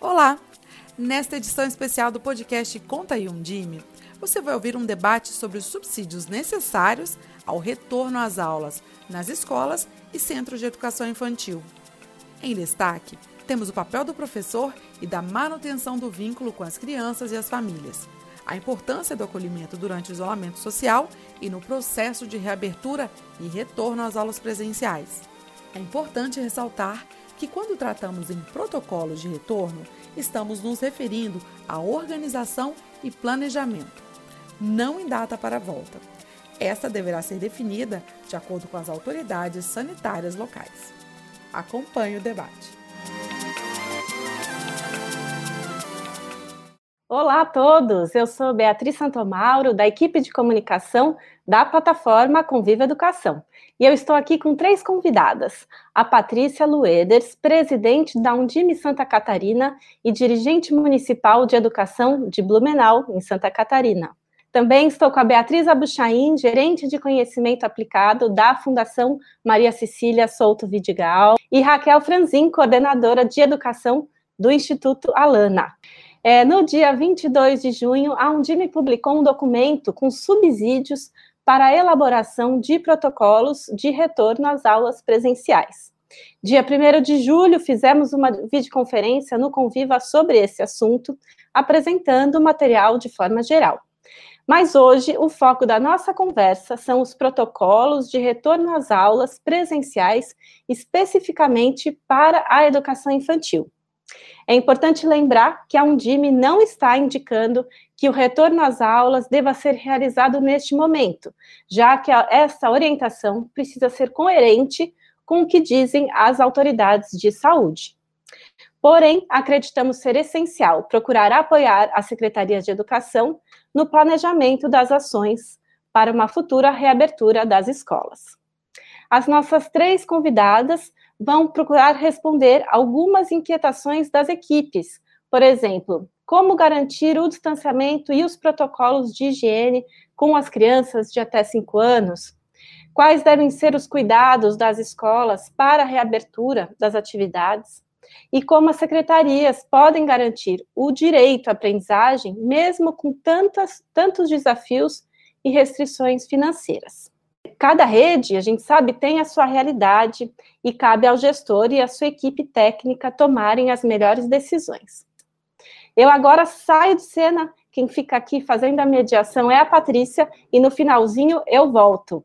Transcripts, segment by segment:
Olá! Nesta edição especial do podcast Conta aí Undime, você vai ouvir um debate sobre os subsídios necessários ao retorno às aulas nas escolas e centros de educação infantil. Em destaque, temos o papel do professor e da manutenção do vínculo com as crianças e as famílias, a importância do acolhimento durante o isolamento social e no processo de reabertura e retorno às aulas presenciais. É importante ressaltar que quando tratamos em protocolos de retorno, estamos nos referindo à organização e planejamento, não em data para a volta. Esta deverá ser definida de acordo com as autoridades sanitárias locais. Acompanhe o debate. Olá a todos, eu sou Beatriz Santomauro, da equipe de comunicação da plataforma Conviva Educação. E eu estou aqui com 3 convidadas. A Patrícia Lueders, presidente da Undime Santa Catarina e dirigente municipal de educação de Blumenau, em Santa Catarina. Também estou com a Beatriz Abuchain, gerente de conhecimento aplicado da Fundação Maria Cecília Souto Vidigal, e Raquel Franzin, coordenadora de educação do Instituto Alana. No dia 22 de junho, a Undime publicou um documento com subsídios para a elaboração de protocolos de retorno às aulas presenciais. Dia 1º de julho, fizemos uma videoconferência no Conviva sobre esse assunto, apresentando o material de forma geral. Mas hoje, o foco da nossa conversa são os protocolos de retorno às aulas presenciais, especificamente para a educação infantil. É importante lembrar que a Undime não está indicando que o retorno às aulas deva ser realizado neste momento, já que essa orientação precisa ser coerente com o que dizem as autoridades de saúde. Porém, acreditamos ser essencial procurar apoiar a Secretaria de Educação no planejamento das ações para uma futura reabertura das escolas. As nossas 3 convidadas vão procurar responder algumas inquietações das equipes. Por exemplo, como garantir o distanciamento e os protocolos de higiene com as crianças de até 5 anos? Quais devem ser os cuidados das escolas para a reabertura das atividades? E como as secretarias podem garantir o direito à aprendizagem, mesmo com tantos desafios e restrições financeiras? Cada rede, a gente sabe, tem a sua realidade e cabe ao gestor e à sua equipe técnica tomarem as melhores decisões. Eu agora saio de cena, quem fica aqui fazendo a mediação é a Patrícia e no finalzinho eu volto.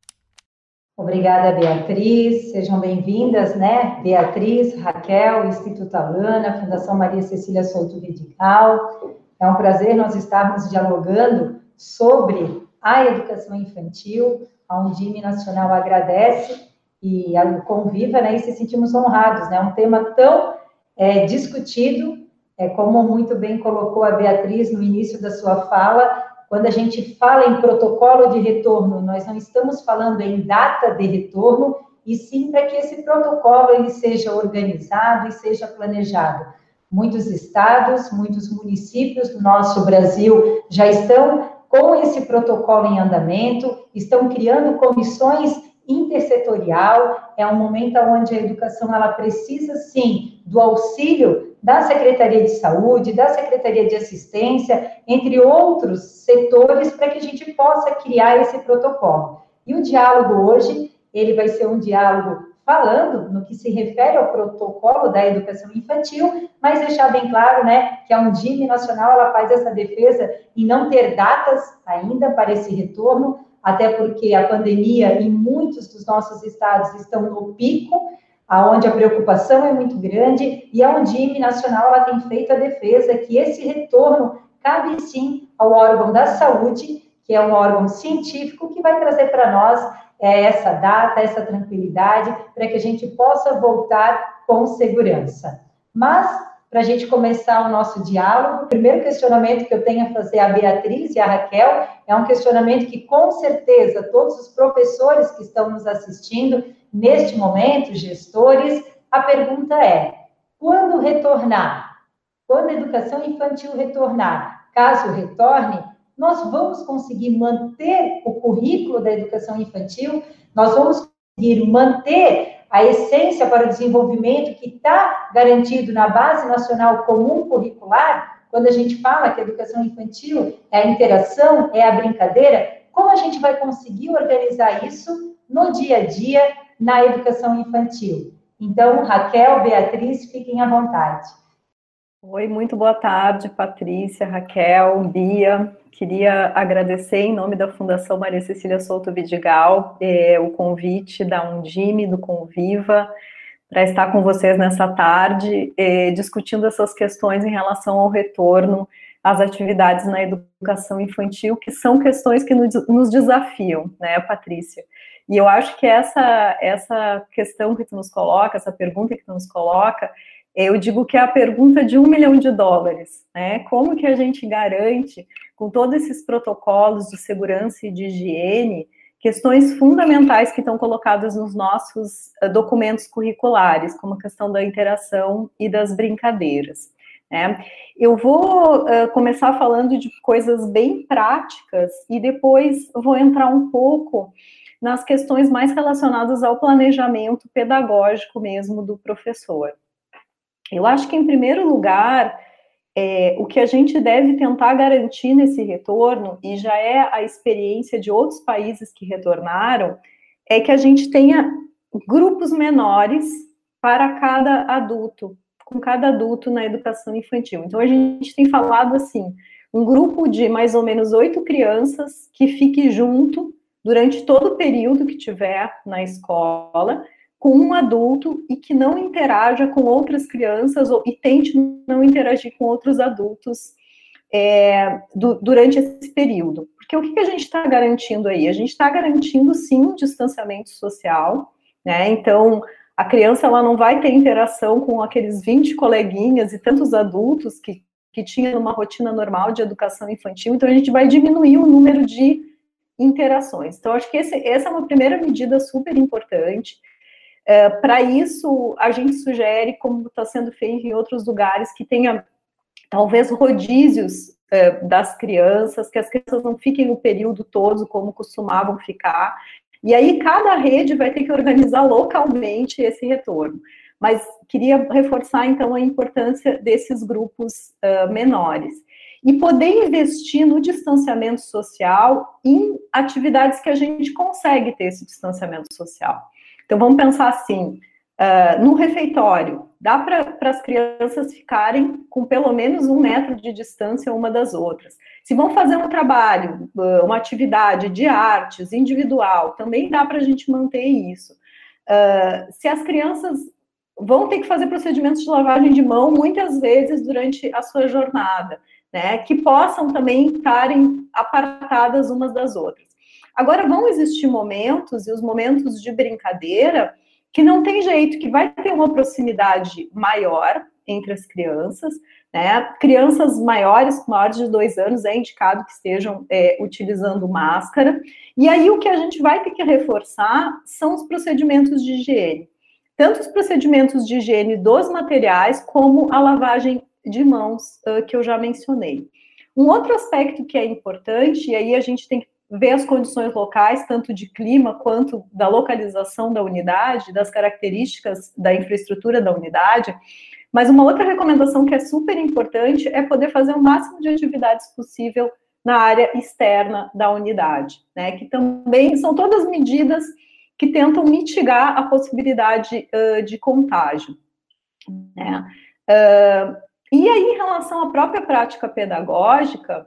Obrigada, Beatriz, sejam bem-vindas, Beatriz, Raquel, Instituto Alana, Fundação Maria Cecília Souto Vidigal. É um prazer nós estarmos dialogando sobre a educação infantil. A Undime Nacional agradece e a Conviva, e se sentimos honrados, um tema tão discutido, como muito bem colocou a Beatriz no início da sua fala. Quando a gente fala em protocolo de retorno, nós não estamos falando em data de retorno, e sim para que esse protocolo ele seja organizado e seja planejado. Muitos estados, muitos municípios do nosso Brasil já estão com esse protocolo em andamento, estão criando comissões intersetorial. É um momento onde a educação ela precisa, sim, do auxílio da Secretaria de Saúde, da Secretaria de Assistência, entre outros setores, para que a gente possa criar esse protocolo. E o diálogo hoje, ele vai ser um diálogo falando no que se refere ao protocolo da educação infantil, mas deixar bem claro, que a Undime Nacional, ela faz essa defesa em não ter datas ainda para esse retorno, até porque a pandemia em muitos dos nossos estados estão no pico, aonde a preocupação é muito grande, e a Undime Nacional, ela tem feito a defesa que esse retorno cabe sim ao órgão da saúde, que é um órgão científico que vai trazer para nós essa data, essa tranquilidade, para que a gente possa voltar com segurança. Mas, para a gente começar o nosso diálogo, o primeiro questionamento que eu tenho a fazer à Beatriz e à Raquel é um questionamento que, com certeza, todos os professores que estão nos assistindo, neste momento, gestores, a pergunta é: quando retornar? Quando a educação infantil retornar? Caso retorne, nós vamos conseguir manter o currículo da educação infantil, nós vamos conseguir manter a essência para o desenvolvimento que está garantido na Base Nacional Comum Curricular, quando a gente fala que a educação infantil é a interação, é a brincadeira, como a gente vai conseguir organizar isso no dia a dia na educação infantil? Então, Raquel, Beatriz, fiquem à vontade. Oi, muito boa tarde, Patrícia, Raquel, Bia. Queria agradecer em nome da Fundação Maria Cecília Souto Vidigal o convite da Undime, do Conviva, para estar com vocês nessa tarde, discutindo essas questões em relação ao retorno às atividades na educação infantil, que são questões que nos desafiam, né, Patrícia? E eu acho que essa questão que tu nos coloca, essa pergunta que tu nos coloca, eu digo que é a pergunta de $1 milhão, né? Como que a gente garante, com todos esses protocolos de segurança e de higiene, questões fundamentais que estão colocadas nos nossos documentos curriculares, como a questão da interação e das brincadeiras, né? Eu vou começar falando de coisas bem práticas e depois vou entrar um pouco nas questões mais relacionadas ao planejamento pedagógico mesmo do professor. Eu acho que, em primeiro lugar, o que a gente deve tentar garantir nesse retorno, e já é a experiência de outros países que retornaram, é que a gente tenha grupos menores para cada adulto, com cada adulto na educação infantil. Então, a gente tem falado assim, um grupo de mais ou menos 8 crianças que fique junto durante todo o período que tiver na escola, com um adulto e que não interaja com outras crianças e tente não interagir com outros adultos durante esse período. Porque o que a gente está garantindo aí? A gente está garantindo, sim, um distanciamento social, né? Então, a criança ela não vai ter interação com aqueles 20 coleguinhas e tantos adultos que tinha numa rotina normal de educação infantil, então a gente vai diminuir o número de interações. Então, acho que essa é uma primeira medida super importante. Para isso, a gente sugere, como está sendo feito em outros lugares, que tenha, talvez, rodízios das crianças, que as crianças não fiquem o período todo como costumavam ficar, e aí cada rede vai ter que organizar localmente esse retorno. Mas queria reforçar, então, a importância desses grupos menores. E poder investir no distanciamento social em atividades que a gente consegue ter esse distanciamento social. Então, vamos pensar assim, no refeitório, dá para as crianças ficarem com pelo menos 1 metro de distância uma das outras. Se vão fazer um trabalho, uma atividade de artes individual, também dá para a gente manter isso. Se as crianças vão ter que fazer procedimentos de lavagem de mão muitas vezes durante a sua jornada, né, que possam também estarem apartadas umas das outras. Agora, vão existir momentos, e os momentos de brincadeira, que não tem jeito, que vai ter uma proximidade maior entre as crianças, né? Crianças maiores de 2 anos, é indicado que estejam utilizando máscara, e aí o que a gente vai ter que reforçar são os procedimentos de higiene. Tanto os procedimentos de higiene dos materiais, como a lavagem de mãos, que eu já mencionei. Um outro aspecto que é importante, e aí a gente tem que ver as condições locais, tanto de clima quanto da localização da unidade, das características da infraestrutura da unidade, mas uma outra recomendação que é super importante é poder fazer o máximo de atividades possível na área externa da unidade, né, que também são todas medidas que tentam mitigar a possibilidade de contágio, né. E aí, em relação à própria prática pedagógica,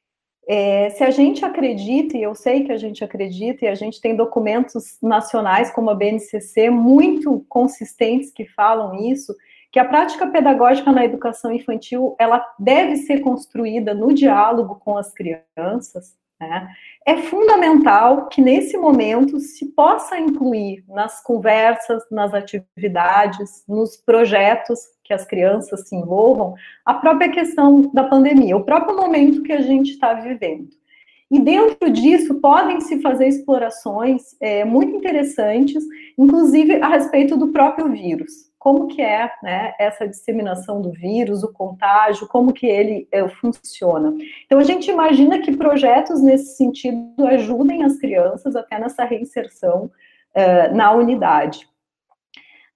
se a gente acredita, e eu sei que a gente acredita, e a gente tem documentos nacionais como a BNCC muito consistentes que falam isso, que a prática pedagógica na educação infantil, ela deve ser construída no diálogo com as crianças, né? É fundamental que nesse momento se possa incluir nas conversas, nas atividades, nos projetos que as crianças se envolvam, a própria questão da pandemia, o próprio momento que a gente está vivendo. E dentro disso podem se fazer explorações muito interessantes, inclusive a respeito do próprio vírus. Como que é, né, essa disseminação do vírus, o contágio, como que ele funciona. Então, a gente imagina que projetos nesse sentido ajudem as crianças até nessa reinserção na unidade.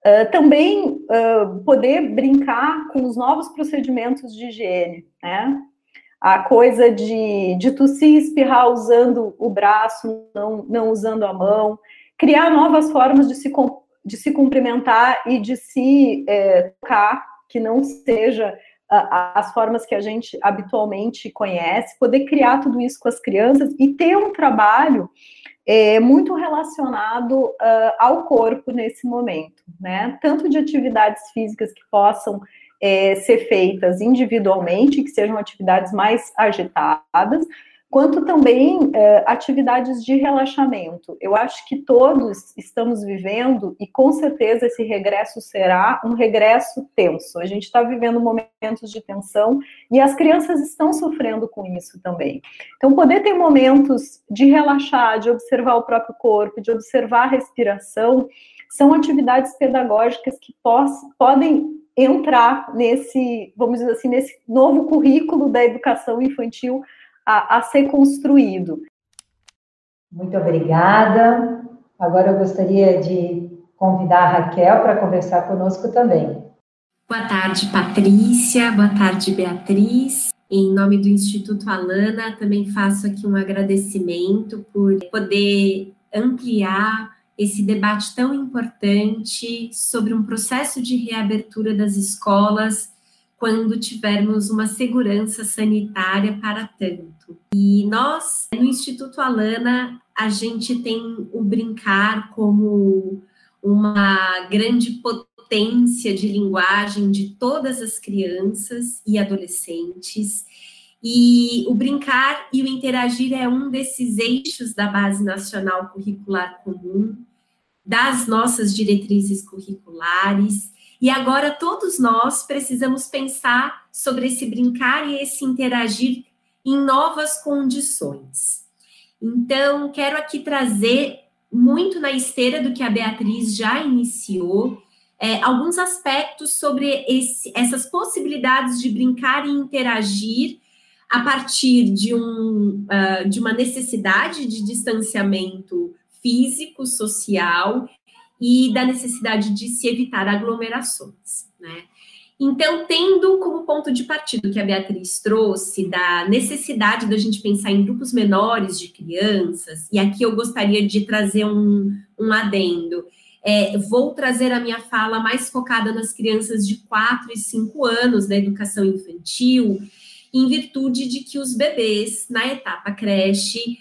Também poder brincar com os novos procedimentos de higiene, né? A coisa de tossir e espirrar usando o braço, não usando a mão, criar novas formas de se cumprimentar e de se tocar, que não seja as formas que a gente habitualmente conhece, poder criar tudo isso com as crianças e ter um trabalho muito relacionado ao corpo nesse momento, né? Tanto de atividades físicas que possam ser feitas individualmente, que sejam atividades mais agitadas, quanto também atividades de relaxamento. Eu acho que todos estamos vivendo, e com certeza esse regresso será um regresso tenso. A gente está vivendo momentos de tensão e as crianças estão sofrendo com isso também. Então, poder ter momentos de relaxar, de observar o próprio corpo, de observar a respiração, são atividades pedagógicas que podem entrar nesse, vamos dizer assim, nesse novo currículo da educação infantil a ser construído. Muito obrigada. Agora eu gostaria de convidar a Raquel para conversar conosco também. Boa tarde, Patrícia. Boa tarde, Beatriz. Em nome do Instituto Alana, também faço aqui um agradecimento por poder ampliar esse debate tão importante sobre um processo de reabertura das escolas quando tivermos uma segurança sanitária para tanto. E nós, no Instituto Alana, a gente tem o brincar como uma grande potência de linguagem de todas as crianças e adolescentes. E o brincar e o interagir é um desses eixos da Base Nacional Curricular Comum, das nossas diretrizes curriculares. E agora todos nós precisamos pensar sobre esse brincar e esse interagir em novas condições. Então, quero aqui trazer, muito na esteira do que a Beatriz já iniciou, alguns aspectos sobre essas possibilidades de brincar e interagir a partir de uma necessidade de distanciamento físico, social, e da necessidade de se evitar aglomerações, né? Então, tendo como ponto de partida que a Beatriz trouxe, da necessidade da gente pensar em grupos menores de crianças, e aqui eu gostaria de trazer um adendo. Vou trazer a minha fala mais focada nas crianças de 4 e 5 anos da educação infantil, em virtude de que os bebês, na etapa creche,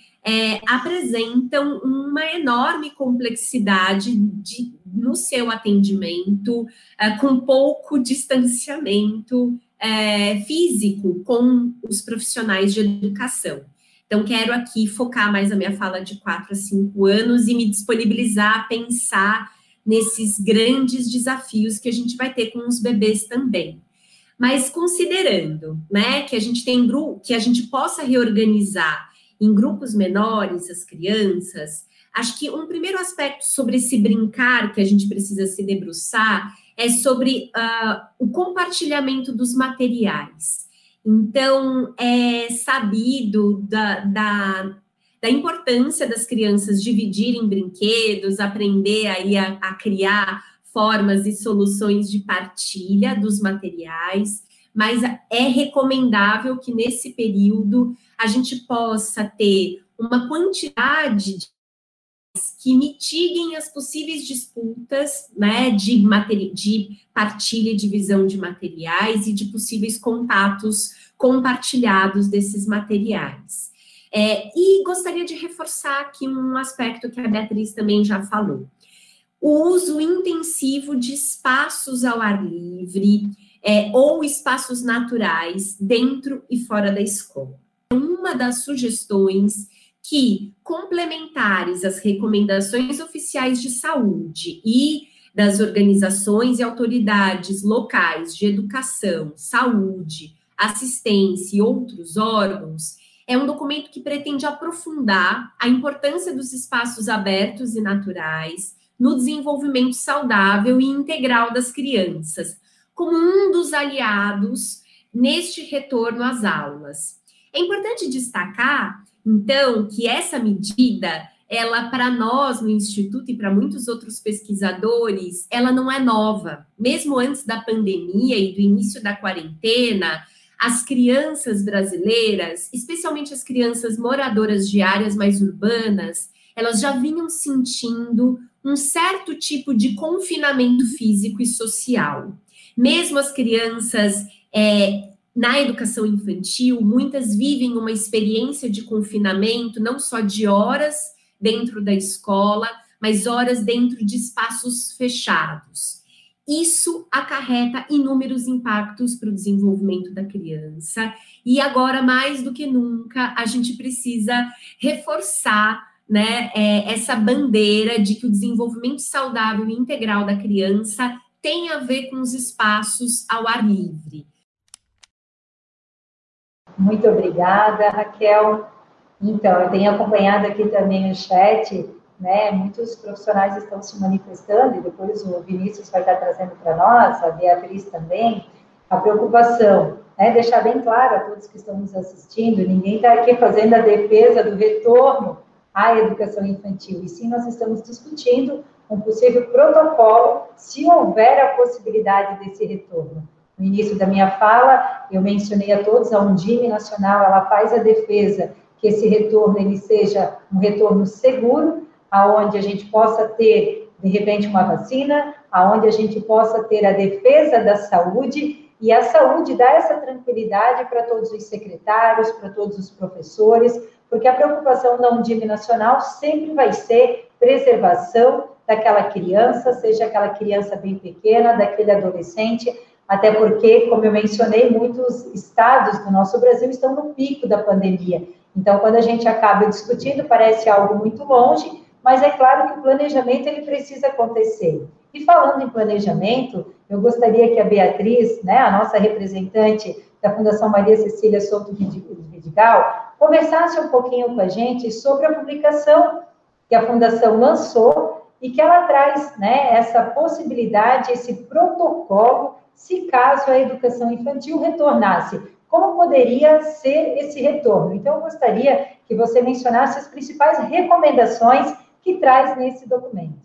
apresentam uma enorme complexidade no seu atendimento, com pouco distanciamento físico com os profissionais de educação. Então, quero aqui focar mais a minha fala de 4 a 5 anos e me disponibilizar a pensar nesses grandes desafios que a gente vai ter com os bebês também. Mas considerando, né, que a gente tem que a gente possa reorganizar em grupos menores as crianças, acho que um primeiro aspecto sobre esse brincar que a gente precisa se debruçar é sobre o compartilhamento dos materiais. Então, é sabido da importância das crianças dividirem brinquedos, aprender aí a criar formas e soluções de partilha dos materiais, mas é recomendável que nesse período a gente possa ter uma quantidade que mitiguem as possíveis disputas, né, de partilha e divisão de materiais e de possíveis contatos compartilhados desses materiais. E gostaria de reforçar aqui um aspecto que a Beatriz também já falou. O uso intensivo de espaços ao ar livre ou espaços naturais dentro e fora da escola. Uma das sugestões que, complementares às recomendações oficiais de saúde e das organizações e autoridades locais de educação, saúde, assistência e outros órgãos, é um documento que pretende aprofundar a importância dos espaços abertos e naturais no desenvolvimento saudável e integral das crianças, como um dos aliados neste retorno às aulas. É importante destacar, então, que essa medida ela, para nós no Instituto e para muitos outros pesquisadores, ela não é nova. Mesmo antes da pandemia e do início da quarentena, as crianças brasileiras, especialmente as crianças moradoras de áreas mais urbanas, elas já vinham sentindo um certo tipo de confinamento físico e social. Mesmo as crianças na educação infantil, muitas vivem uma experiência de confinamento, não só de horas dentro da escola, mas horas dentro de espaços fechados. Isso acarreta inúmeros impactos para o desenvolvimento da criança, e agora, mais do que nunca, a gente precisa reforçar, né, essa bandeira de que o desenvolvimento saudável e integral da criança tem a ver com os espaços ao ar livre. Muito obrigada, Raquel. Então, eu tenho acompanhado aqui também o chat, né? Muitos profissionais estão se manifestando, e depois o Vinícius vai estar trazendo para nós, a Beatriz também, a preocupação, né? Deixar bem claro a todos que estão nos assistindo, ninguém está aqui fazendo a defesa do retorno à educação infantil, e sim nós estamos discutindo um possível protocolo, se houver a possibilidade desse retorno. No início da minha fala, eu mencionei a todos, a Undime Nacional, ela faz a defesa que esse retorno ele seja um retorno seguro, aonde a gente possa ter, de repente, uma vacina, aonde a gente possa ter a defesa da saúde, e a saúde dá essa tranquilidade para todos os secretários, para todos os professores, porque a preocupação da Undime Nacional sempre vai ser preservação daquela criança, seja aquela criança bem pequena, daquele adolescente, até porque, como eu mencionei, muitos estados do nosso Brasil estão no pico da pandemia. Então, quando a gente acaba discutindo, parece algo muito longe, mas é claro que o planejamento ele precisa acontecer. E falando em planejamento, eu gostaria que a Beatriz, né, a nossa representante da Fundação Maria Cecília Souto Vidigal, conversasse um pouquinho com a gente sobre a publicação que a Fundação lançou e que ela traz, né, essa possibilidade, esse protocolo, se caso a educação infantil retornasse. Como poderia ser esse retorno? Então, eu gostaria que você mencionasse as principais recomendações que traz nesse documento.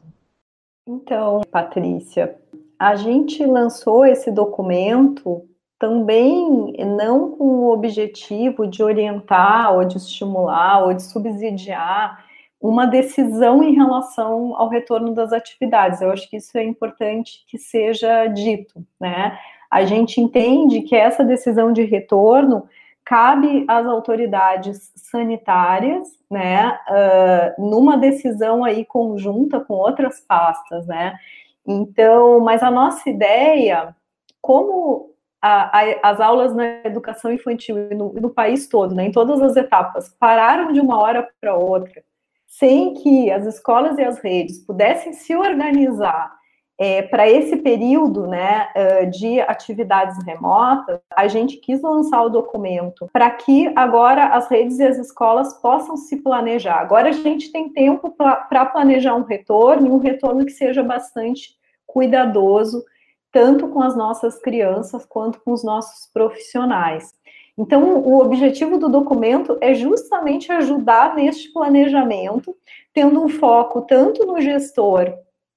Então, Patrícia, a gente lançou esse documento também não com o objetivo de orientar, ou de estimular, ou de subsidiar uma decisão em relação ao retorno das atividades. Eu acho que isso é importante que seja dito, né? A gente entende que essa decisão de retorno cabe às autoridades sanitárias, né, numa decisão aí conjunta com outras pastas, né? Então, mas a nossa ideia, como as aulas na educação infantil no país todo, né, em todas as etapas, pararam de uma hora para outra, sem que as escolas e as redes pudessem se organizar para esse período, né, de atividades remotas, a gente quis lançar o documento para que agora as redes e as escolas possam se planejar. Agora a gente tem tempo para planejar um retorno que seja bastante cuidadoso, tanto com as nossas crianças quanto com os nossos profissionais. Então, o objetivo do documento é justamente ajudar neste planejamento, tendo um foco tanto no gestor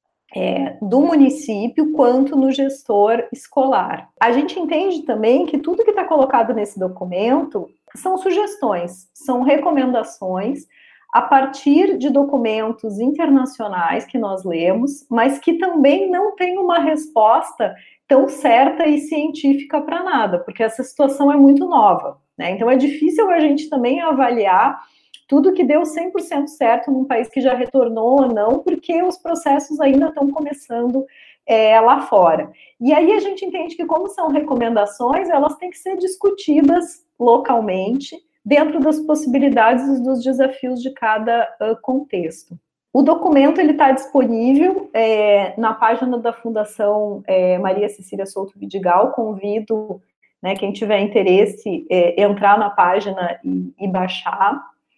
do município, quanto no gestor escolar. A gente entende também que tudo que está colocado nesse documento são sugestões, são recomendações a partir de documentos internacionais que nós lemos, mas que também não tem uma resposta tão certa e científica para nada, porque essa situação é muito nova, né? Então é difícil a gente também avaliar tudo que deu 100% certo num país que já retornou ou não, porque os processos ainda estão começando lá fora. E aí a gente entende que, como são recomendações, elas têm que ser discutidas localmente, dentro das possibilidades e dos desafios de cada contexto. O documento está disponível na página da Fundação Maria Cecília Souto Vidigal. Convido, né, quem tiver interesse, entrar na página e baixar.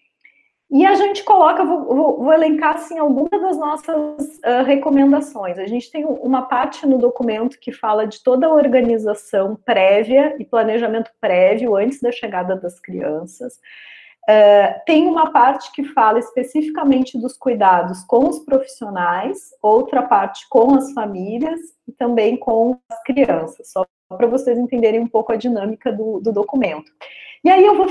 E a gente coloca, vou elencar assim, algumas das nossas recomendações. A gente tem uma parte no documento que fala de toda a organização prévia e planejamento prévio antes da chegada das crianças. Tem uma parte que fala especificamente dos cuidados com os profissionais, outra parte com as famílias e também com as crianças, só para vocês entenderem um pouco a dinâmica do documento. E aí eu vou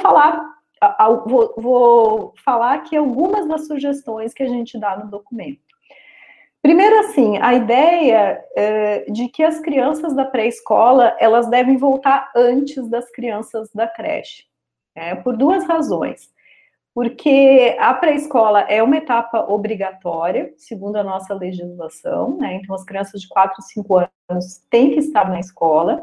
falar aqui algumas das sugestões que a gente dá no documento. Primeiro, assim, a ideia de que as crianças da pré-escola, elas devem voltar antes das crianças da creche, por duas razões. Porque a pré-escola é uma etapa obrigatória, segundo a nossa legislação, né? Então, as crianças de 4 a 5 anos têm que estar na escola,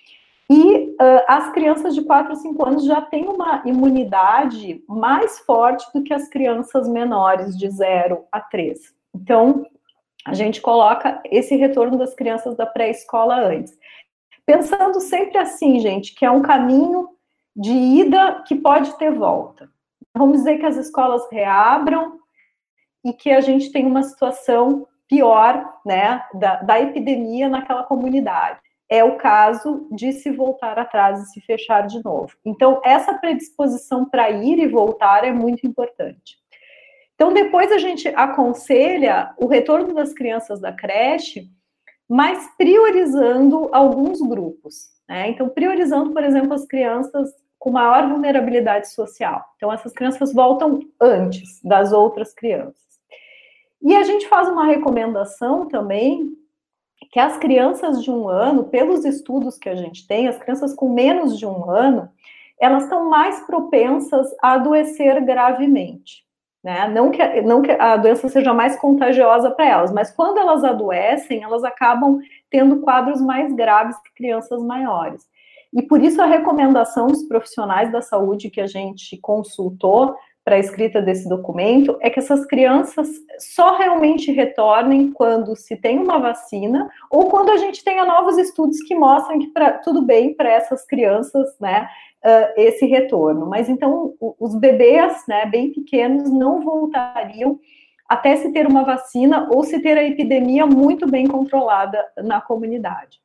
e as crianças de 4 a 5 anos já têm uma imunidade mais forte do que as crianças menores de 0 a 3. Então, a gente coloca esse retorno das crianças da pré-escola antes. Pensando sempre assim, gente, que é um caminho de ida que pode ter volta. Vamos dizer que as escolas reabram e que a gente tem uma situação pior, né, da epidemia naquela comunidade. É o caso de se voltar atrás e se fechar de novo. Então, essa predisposição para ir e voltar é muito importante. Então, depois a gente aconselha o retorno das crianças da creche, mas priorizando alguns grupos, né? Então, priorizando, por exemplo, as crianças com maior vulnerabilidade social. Então, essas crianças voltam antes das outras crianças. E a gente faz uma recomendação também que as crianças de 1 ano, pelos estudos que a gente tem, as crianças com menos de 1 ano, elas estão mais propensas a adoecer gravemente, né? Não que a doença seja mais contagiosa para elas, mas quando elas adoecem, elas acabam tendo quadros mais graves que crianças maiores. E por isso a recomendação dos profissionais da saúde que a gente consultou para a escrita desse documento é que essas crianças só realmente retornem quando se tem uma vacina ou quando a gente tenha novos estudos que mostram que tudo bem para essas crianças, né, esse retorno. Mas então os bebês, né, bem pequenos não voltariam até se ter uma vacina ou se ter a epidemia muito bem controlada na comunidade.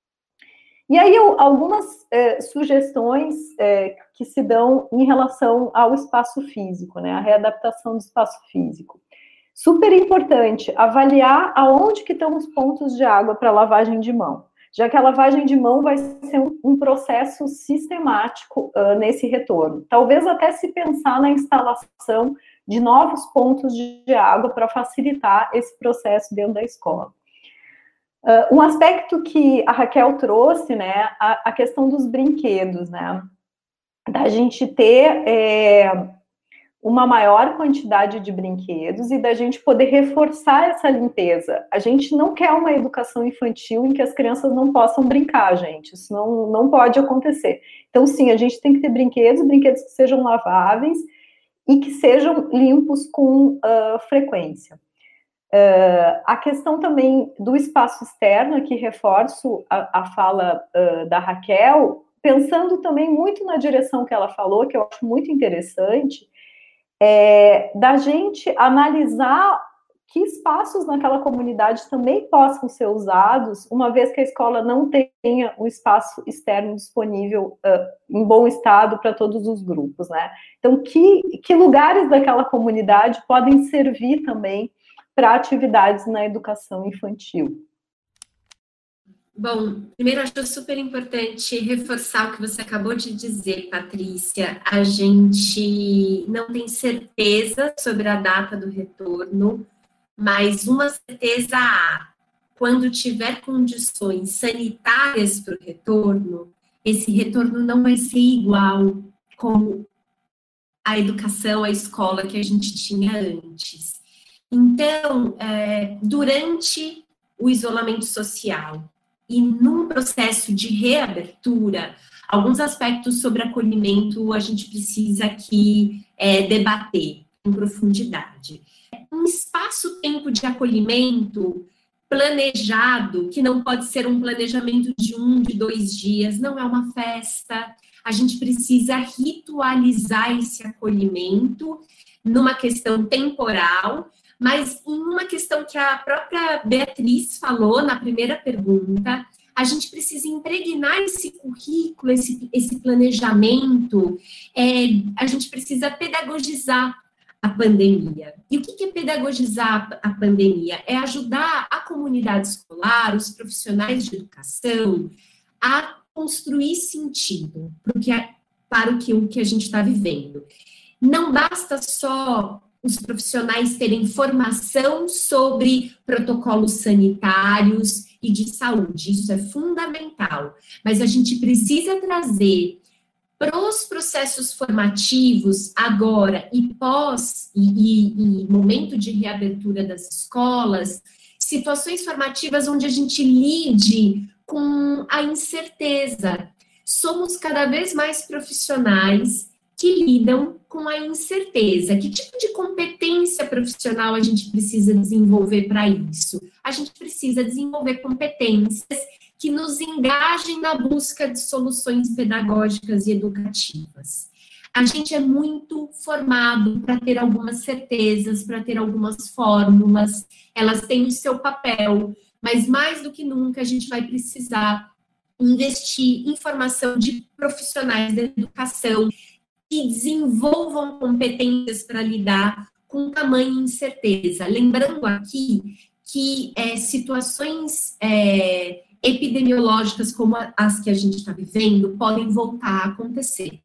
E aí, algumas sugestões que se dão em relação ao espaço físico, né? A readaptação do espaço físico. Super importante, avaliar aonde que estão os pontos de água para lavagem de mão, já que a lavagem de mão vai ser um processo sistemático nesse retorno. Talvez até se pensar na instalação de novos pontos de água para facilitar esse processo dentro da escola. Um aspecto que a Raquel trouxe, né, a questão dos brinquedos, né, da gente ter uma maior quantidade de brinquedos e da gente poder reforçar essa limpeza. A gente não quer uma educação infantil em que as crianças não possam brincar, gente, isso não pode acontecer. Então, sim, a gente tem que ter brinquedos que sejam laváveis e que sejam limpos com frequência. A questão também do espaço externo, aqui reforço a fala da Raquel, pensando também muito na direção que ela falou, que eu acho muito interessante, da gente analisar que espaços naquela comunidade também possam ser usados, uma vez que a escola não tenha um espaço externo disponível em bom estado para todos os grupos, né? Então, que lugares daquela comunidade podem servir também para atividades na educação infantil? Bom, primeiro, acho super importante reforçar o que você acabou de dizer, Patrícia. A gente não tem certeza sobre a data do retorno, mas uma certeza há. Quando tiver condições sanitárias para o retorno, esse retorno não vai ser igual com a educação, a escola que a gente tinha antes. Então, durante o isolamento social e num processo de reabertura, alguns aspectos sobre acolhimento a gente precisa aqui debater em profundidade. Um espaço-tempo de acolhimento planejado, que não pode ser um planejamento de 1, de 2 dias, não é uma festa. A gente precisa ritualizar esse acolhimento numa questão temporal, mas em uma questão que a própria Beatriz falou na primeira pergunta, a gente precisa impregnar esse currículo, esse planejamento, a gente precisa pedagogizar a pandemia. E o que é pedagogizar a pandemia? É ajudar a comunidade escolar, os profissionais de educação, a construir sentido para o que a gente está vivendo. Não basta só os profissionais terem formação sobre protocolos sanitários e de saúde, isso é fundamental, mas a gente precisa trazer para os processos formativos agora e pós e momento de reabertura das escolas, situações formativas onde a gente lide com a incerteza. Somos cada vez mais profissionais que lidam com a incerteza. Que tipo de competência profissional a gente precisa desenvolver para isso? A gente precisa desenvolver competências que nos engajem na busca de soluções pedagógicas e educativas. A gente é muito formado para ter algumas certezas, para ter algumas fórmulas, elas têm o seu papel, mas mais do que nunca a gente vai precisar investir em formação de profissionais da educação que desenvolvam competências para lidar com tamanha incerteza. Lembrando aqui que situações epidemiológicas como as que a gente está vivendo podem voltar a acontecer.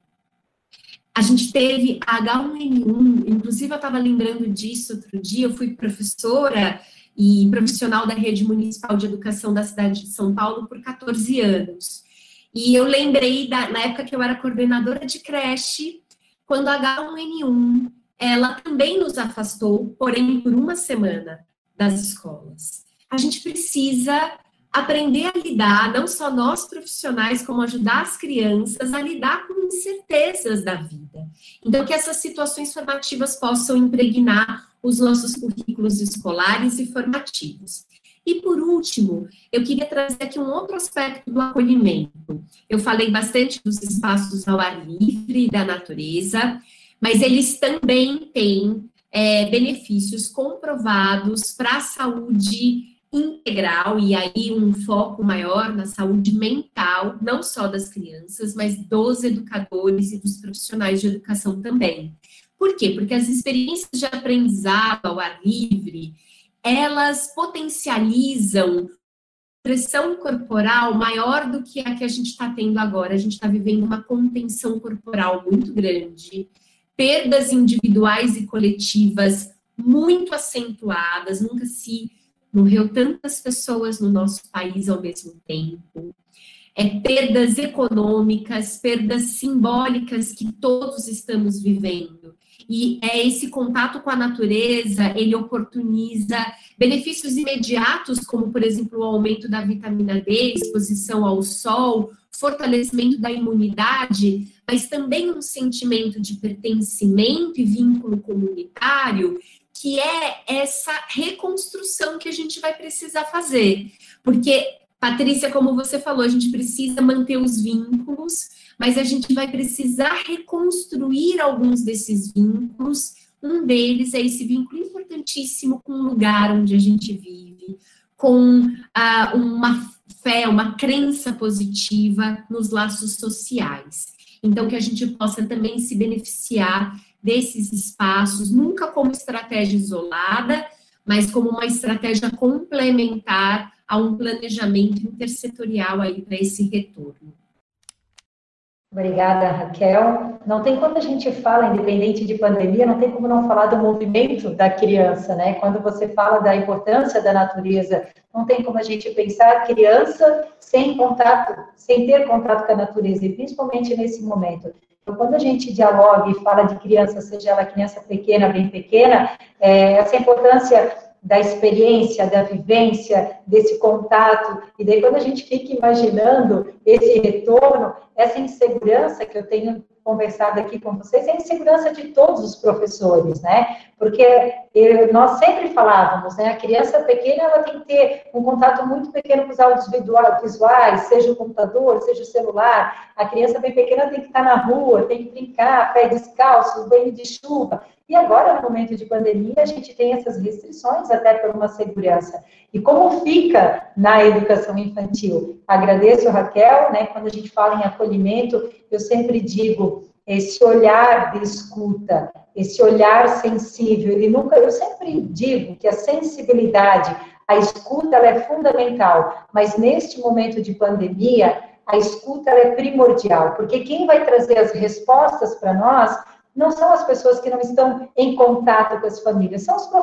A gente teve a H1N1, inclusive eu estava lembrando disso outro dia, eu fui professora e profissional da Rede Municipal de Educação da cidade de São Paulo por 14 anos. E eu lembrei, na época que eu era coordenadora de creche, quando a H1N1, ela também nos afastou, porém por uma semana, das escolas. A gente precisa aprender a lidar, não só nós profissionais, como ajudar as crianças a lidar com incertezas da vida. Então, que essas situações formativas possam impregnar os nossos currículos escolares e formativos. E, por último, eu queria trazer aqui um outro aspecto do acolhimento. Eu falei bastante dos espaços ao ar livre, da natureza, mas eles também têm benefícios comprovados para a saúde integral, e aí um foco maior na saúde mental, não só das crianças, mas dos educadores e dos profissionais de educação também. Por quê? Porque as experiências de aprendizado ao ar livre, elas potencializam pressão corporal maior do que a gente está tendo agora. A gente está vivendo uma contenção corporal muito grande, perdas individuais e coletivas muito acentuadas, nunca se morreu tantas pessoas no nosso país ao mesmo tempo. Perdas econômicas, perdas simbólicas que todos estamos vivendo. E esse contato com a natureza, ele oportuniza benefícios imediatos, como, por exemplo, o aumento da vitamina D, exposição ao sol, fortalecimento da imunidade, mas também um sentimento de pertencimento e vínculo comunitário, que é essa reconstrução que a gente vai precisar fazer. Porque, Patrícia, como você falou, a gente precisa manter os vínculos, mas a gente vai precisar reconstruir alguns desses vínculos. Um deles é esse vínculo importantíssimo com o lugar onde a gente vive, com uma fé, uma crença positiva nos laços sociais. Então, que a gente possa também se beneficiar desses espaços, nunca como estratégia isolada, mas como uma estratégia complementar a um planejamento intersetorial aí para esse retorno. Obrigada, Raquel. Não tem quando a gente fala, independente de pandemia, não tem como não falar do movimento da criança, né? Quando você fala da importância da natureza, não tem como a gente pensar criança sem contato, sem ter contato com a natureza, e principalmente nesse momento. Então, quando a gente dialoga e fala de criança, seja ela criança pequena, bem pequena, essa importância da experiência, da vivência, desse contato, e daí quando a gente fica imaginando esse retorno, essa insegurança que eu tenho conversado aqui com vocês, é a insegurança de todos os professores, né? Porque nós sempre falávamos, né? A criança pequena, ela tem que ter um contato muito pequeno com os audiovisuais, seja o computador, seja o celular. A criança bem pequena tem que estar na rua, tem que brincar, pé descalço, banho de chuva. E agora, no momento de pandemia, a gente tem essas restrições até por uma segurança. E como fica na educação infantil? Agradeço, Raquel, né? Quando a gente fala em acolhimento, eu sempre digo, esse olhar de escuta, esse olhar sensível, eu sempre digo que a sensibilidade, a escuta, ela é fundamental, mas neste momento de pandemia, a escuta ela é primordial, porque quem vai trazer as respostas para nós não são as pessoas que não estão em contato com as famílias, são os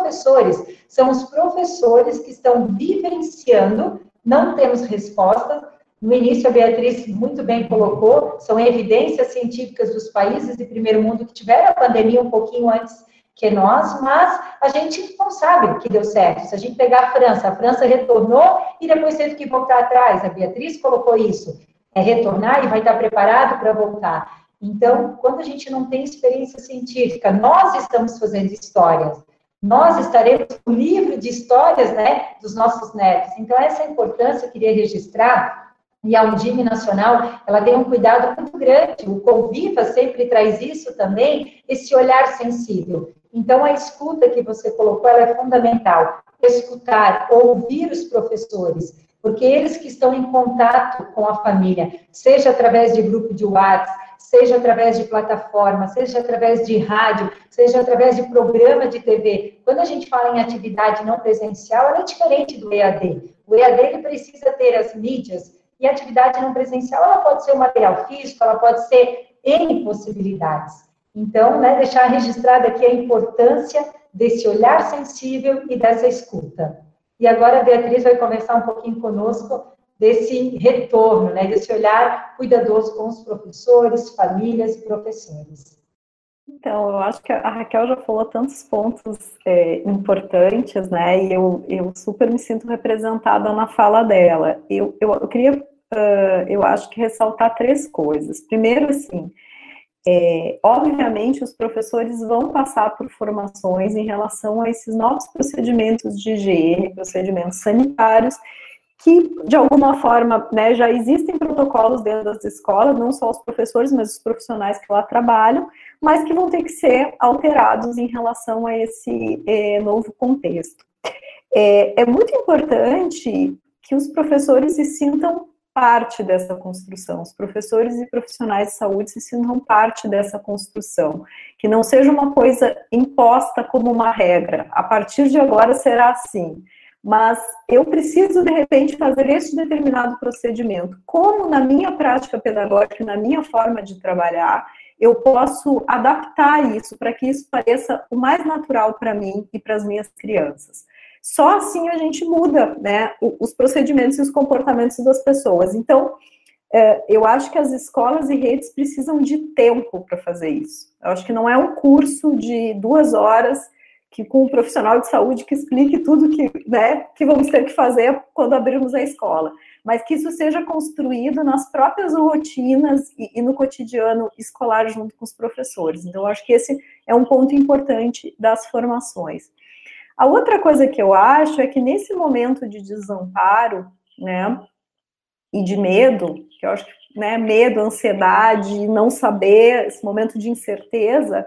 professores que estão vivenciando, não temos respostas. No início, a Beatriz muito bem colocou, são evidências científicas dos países de primeiro mundo que tiveram a pandemia um pouquinho antes que nós, mas a gente não sabe que deu certo. Se a gente pegar a França retornou e depois teve que voltar atrás, a Beatriz colocou isso, retornar e vai estar preparado para voltar. Então, quando a gente não tem experiência científica, nós estamos fazendo histórias, nós estaremos no livro de histórias, né, dos nossos netos. Então, essa importância eu queria registrar, e a Undime Nacional, ela tem um cuidado muito grande, o Conviva sempre traz isso também, esse olhar sensível. Então, a escuta que você colocou, ela é fundamental. Escutar, ouvir os professores, porque eles que estão em contato com a família, seja através de grupo de WhatsApp, seja através de plataforma, seja através de rádio, seja através de programa de TV. Quando a gente fala em atividade não presencial, ela é diferente do EAD. O EAD, ele precisa ter as mídias, e a atividade não presencial, ela pode ser um material físico, ela pode ser N possibilidades. Então, né, deixar registrado aqui a importância desse olhar sensível e dessa escuta. E agora a Beatriz vai conversar um pouquinho conosco desse retorno, né, desse olhar cuidadoso com os professores, famílias e professores. Então, eu acho que a Raquel já falou tantos pontos importantes, né, e eu super me sinto representada na fala dela. Eu queria, eu acho que ressaltar 3 coisas. Primeiro, assim, obviamente os professores vão passar por formações em relação a esses novos procedimentos de higiene, procedimentos sanitários, que, de alguma forma, né, já existem protocolos dentro das escolas, não só os professores, mas os profissionais que lá trabalham, mas que vão ter que ser alterados em relação a esse novo contexto. É muito importante que os professores se sintam parte dessa construção, os professores e profissionais de saúde se sintam parte dessa construção, que não seja uma coisa imposta como uma regra, a partir de agora será assim. Mas eu preciso, de repente, fazer esse determinado procedimento. Como na minha prática pedagógica, na minha forma de trabalhar, eu posso adaptar isso para que isso pareça o mais natural para mim e para as minhas crianças. Só assim a gente muda, né, os procedimentos e os comportamentos das pessoas. Então, eu acho que as escolas e redes precisam de tempo para fazer isso. Eu acho que não é um curso de 2 horas que com um profissional de saúde que explique tudo que vamos ter que fazer quando abrirmos a escola, mas que isso seja construído nas próprias rotinas e no cotidiano escolar junto com os professores. Então, eu acho que esse é um ponto importante das formações. A outra coisa que eu acho é que nesse momento de desamparo, né, e de medo, que eu acho que, né, medo, ansiedade, não saber, esse momento de incerteza,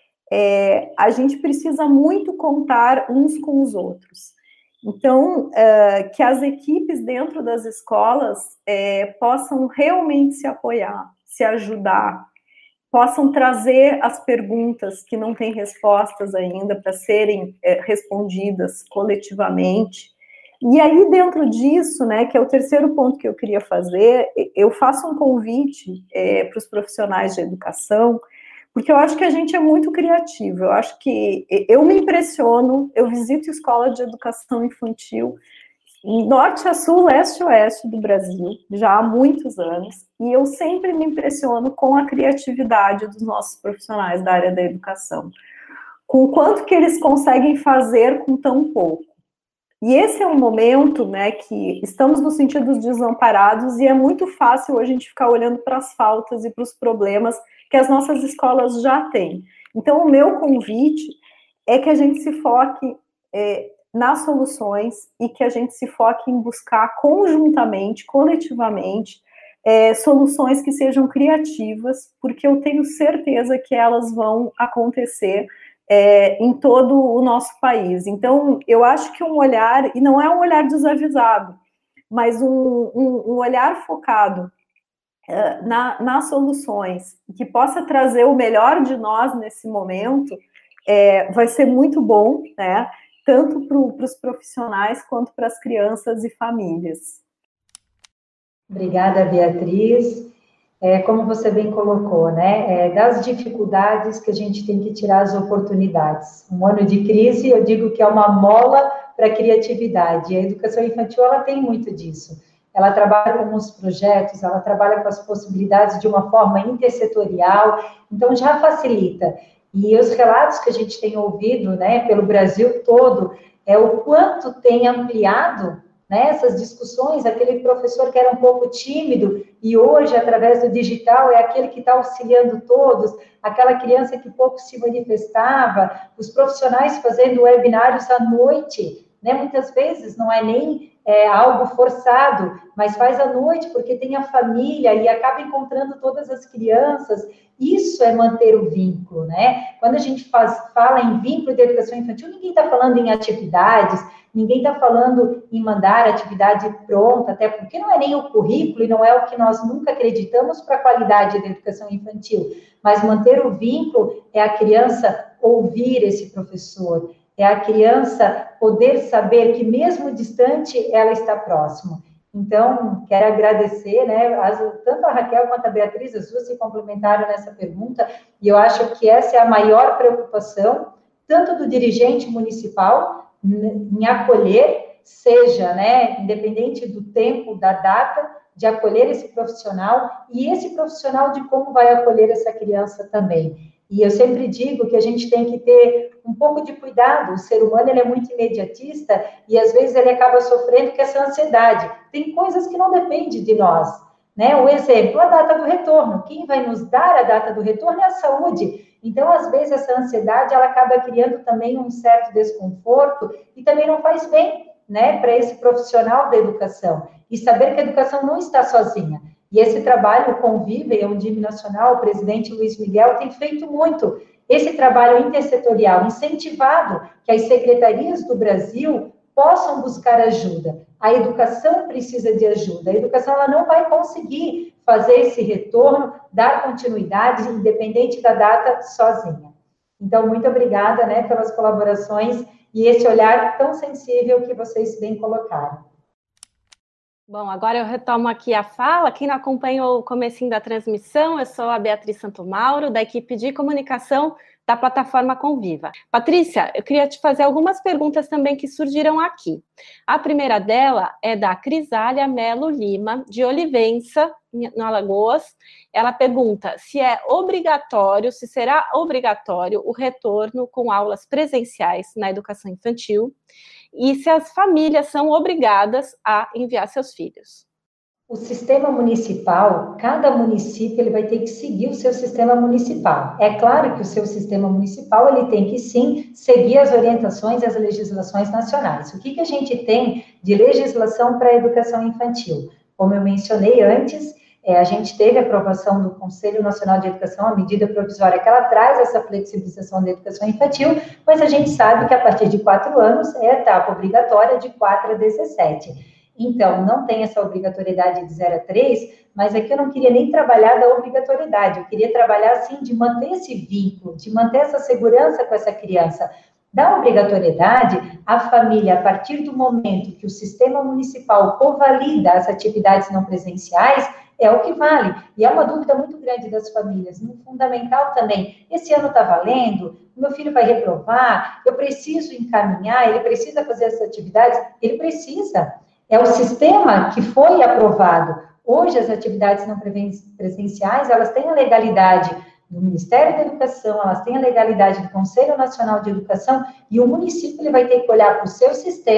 a gente precisa muito contar uns com os outros. Então, que as equipes dentro das escolas possam realmente se apoiar, se ajudar, possam trazer as perguntas que não têm respostas ainda para serem respondidas coletivamente. E aí, dentro disso, né, que é o terceiro ponto que eu queria fazer, eu faço um convite para os profissionais de educação, porque eu acho que a gente é muito criativo, eu acho que eu me impressiono, eu visito escola de educação infantil, norte a sul, leste a oeste do Brasil, já há muitos anos, e eu sempre me impressiono com a criatividade dos nossos profissionais da área da educação, com o quanto que eles conseguem fazer com tão pouco. E esse é um momento, né, que estamos no sentido dos desamparados, e é muito fácil hoje a gente ficar olhando para as faltas e para os problemas que as nossas escolas já têm. Então, o meu convite é que a gente se foque nas soluções e que a gente se foque em buscar conjuntamente, coletivamente, soluções que sejam criativas, porque eu tenho certeza que elas vão acontecer em todo o nosso país. Então, eu acho que um olhar, e não é um olhar desavisado, mas um olhar focado nas soluções, que possa trazer o melhor de nós nesse momento, vai ser muito bom, né? Tanto para os profissionais quanto para as crianças e famílias. Obrigada, Beatriz. Como você bem colocou, né? Das dificuldades que a gente tem que tirar as oportunidades. Um ano de crise, eu digo que é uma mola para a criatividade. E a educação infantil, ela tem muito disso. Ela trabalha com os projetos, ela trabalha com as possibilidades de uma forma intersetorial, então já facilita. E os relatos que a gente tem ouvido, né, pelo Brasil todo, o quanto tem ampliado, né, essas discussões, aquele professor que era um pouco tímido e hoje, através do digital, é aquele que está auxiliando todos, aquela criança que pouco se manifestava, os profissionais fazendo webinários à noite, né, muitas vezes não é nem algo forçado, mas faz à noite, porque tem a família e acaba encontrando todas as crianças. Isso é manter o vínculo, né? Quando a gente fala em vínculo de educação infantil, ninguém está falando em atividades, ninguém está falando em mandar atividade pronta, até porque não é nem o currículo e não é o que nós nunca acreditamos para a qualidade da educação infantil, mas manter o vínculo é a criança ouvir esse professor, é a criança poder saber que mesmo distante, ela está próximo. Então, quero agradecer, né, tanto a Raquel quanto a Beatriz, as duas se complementaram nessa pergunta, e eu acho que essa é a maior preocupação, tanto do dirigente municipal, em acolher, seja, né, independente do tempo, da data, de acolher esse profissional, e esse profissional de como vai acolher essa criança também. E eu sempre digo que a gente tem que ter um pouco de cuidado, o ser humano ele é muito imediatista e às vezes ele acaba sofrendo com essa ansiedade. Tem coisas que não dependem de nós, né? Um exemplo, a data do retorno. Quem vai nos dar a data do retorno é a saúde. Então, às vezes, essa ansiedade ela acaba criando também um certo desconforto e também não faz bem, né, para esse profissional da educação. E saber que a educação não está sozinha. E esse trabalho, o Convive, é um DIM nacional, o presidente Luiz Miguel tem feito muito. Esse trabalho intersetorial, incentivado que as secretarias do Brasil possam buscar ajuda. A educação precisa de ajuda. A educação ela não vai conseguir fazer esse retorno, dar continuidade, independente da data, sozinha. Então, muito obrigada, né, pelas colaborações e esse olhar tão sensível que vocês bem colocaram. Bom, agora eu retomo aqui a fala. Quem não acompanhou o comecinho da transmissão, eu sou a Beatriz Santomauro, da equipe de comunicação da plataforma Conviva. Patrícia, eu queria te fazer algumas perguntas também que surgiram aqui. A primeira dela é da Crisália Melo Lima, de Olivença, no Alagoas. Ela pergunta se será obrigatório o retorno com aulas presenciais na educação infantil e se as famílias são obrigadas a enviar seus filhos. O sistema municipal, cada município ele vai ter que seguir o seu sistema municipal. É claro que o seu sistema municipal ele tem que sim seguir as orientações e as legislações nacionais. O que a gente tem de legislação para a educação infantil? Como eu mencionei antes, a gente teve a aprovação do Conselho Nacional de Educação, a medida provisória que ela traz essa flexibilização da educação infantil, mas a gente sabe que a partir de 4 anos é a etapa obrigatória de 4 a 17. Então, não tem essa obrigatoriedade de 0 a 3, mas aqui eu não queria nem trabalhar da obrigatoriedade, eu queria trabalhar, assim, de manter esse vínculo, de manter essa segurança com essa criança. Da obrigatoriedade, a família, a partir do momento que o sistema municipal convalida as atividades não presenciais, é o que vale. E é uma dúvida muito grande das famílias, no fundamental também. Esse ano está valendo? Meu filho vai reprovar? Eu preciso encaminhar? Ele precisa fazer essas atividades? Ele precisa. É o sistema que foi aprovado. Hoje, as atividades não presenciais, elas têm a legalidade do Ministério da Educação, elas têm a legalidade do Conselho Nacional de Educação, e o município ele vai ter que olhar para o seu sistema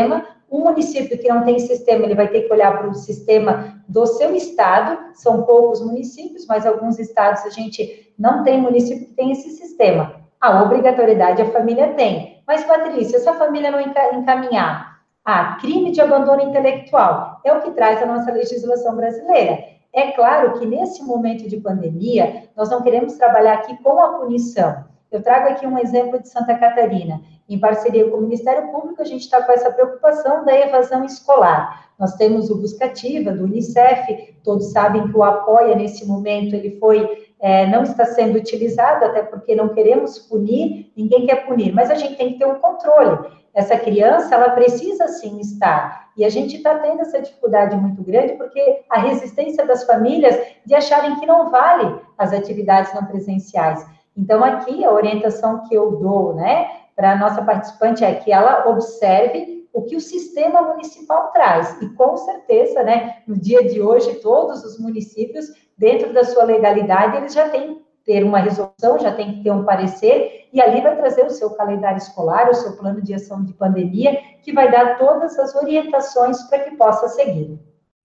Um município que não tem sistema, ele vai ter que olhar para o sistema do seu estado, são poucos municípios, mas alguns estados a gente não tem município que tem esse sistema. A obrigatoriedade a família tem. Mas, Patrícia, se a família não encaminhar, crime de abandono intelectual, é o que traz a nossa legislação brasileira. É claro que nesse momento de pandemia, nós não queremos trabalhar aqui com a punição. Eu trago aqui um exemplo de Santa Catarina. Em parceria com o Ministério Público, a gente está com essa preocupação da evasão escolar. Nós temos o Buscativa, do Unicef, todos sabem que o Apoia, nesse momento, ele não está sendo utilizado, até porque não queremos punir, ninguém quer punir, mas a gente tem que ter um controle. Essa criança, ela precisa sim estar, e a gente está tendo essa dificuldade muito grande, porque a resistência das famílias de acharem que não vale as atividades não presenciais. Então, aqui, a orientação que eu dou, né, para a nossa participante é que ela observe o que o sistema municipal traz. E, com certeza, né, no dia de hoje, todos os municípios, dentro da sua legalidade, eles já têm que ter uma resolução, já tem que ter um parecer, e ali vai trazer o seu calendário escolar, o seu plano de ação de pandemia, que vai dar todas as orientações para que possa seguir.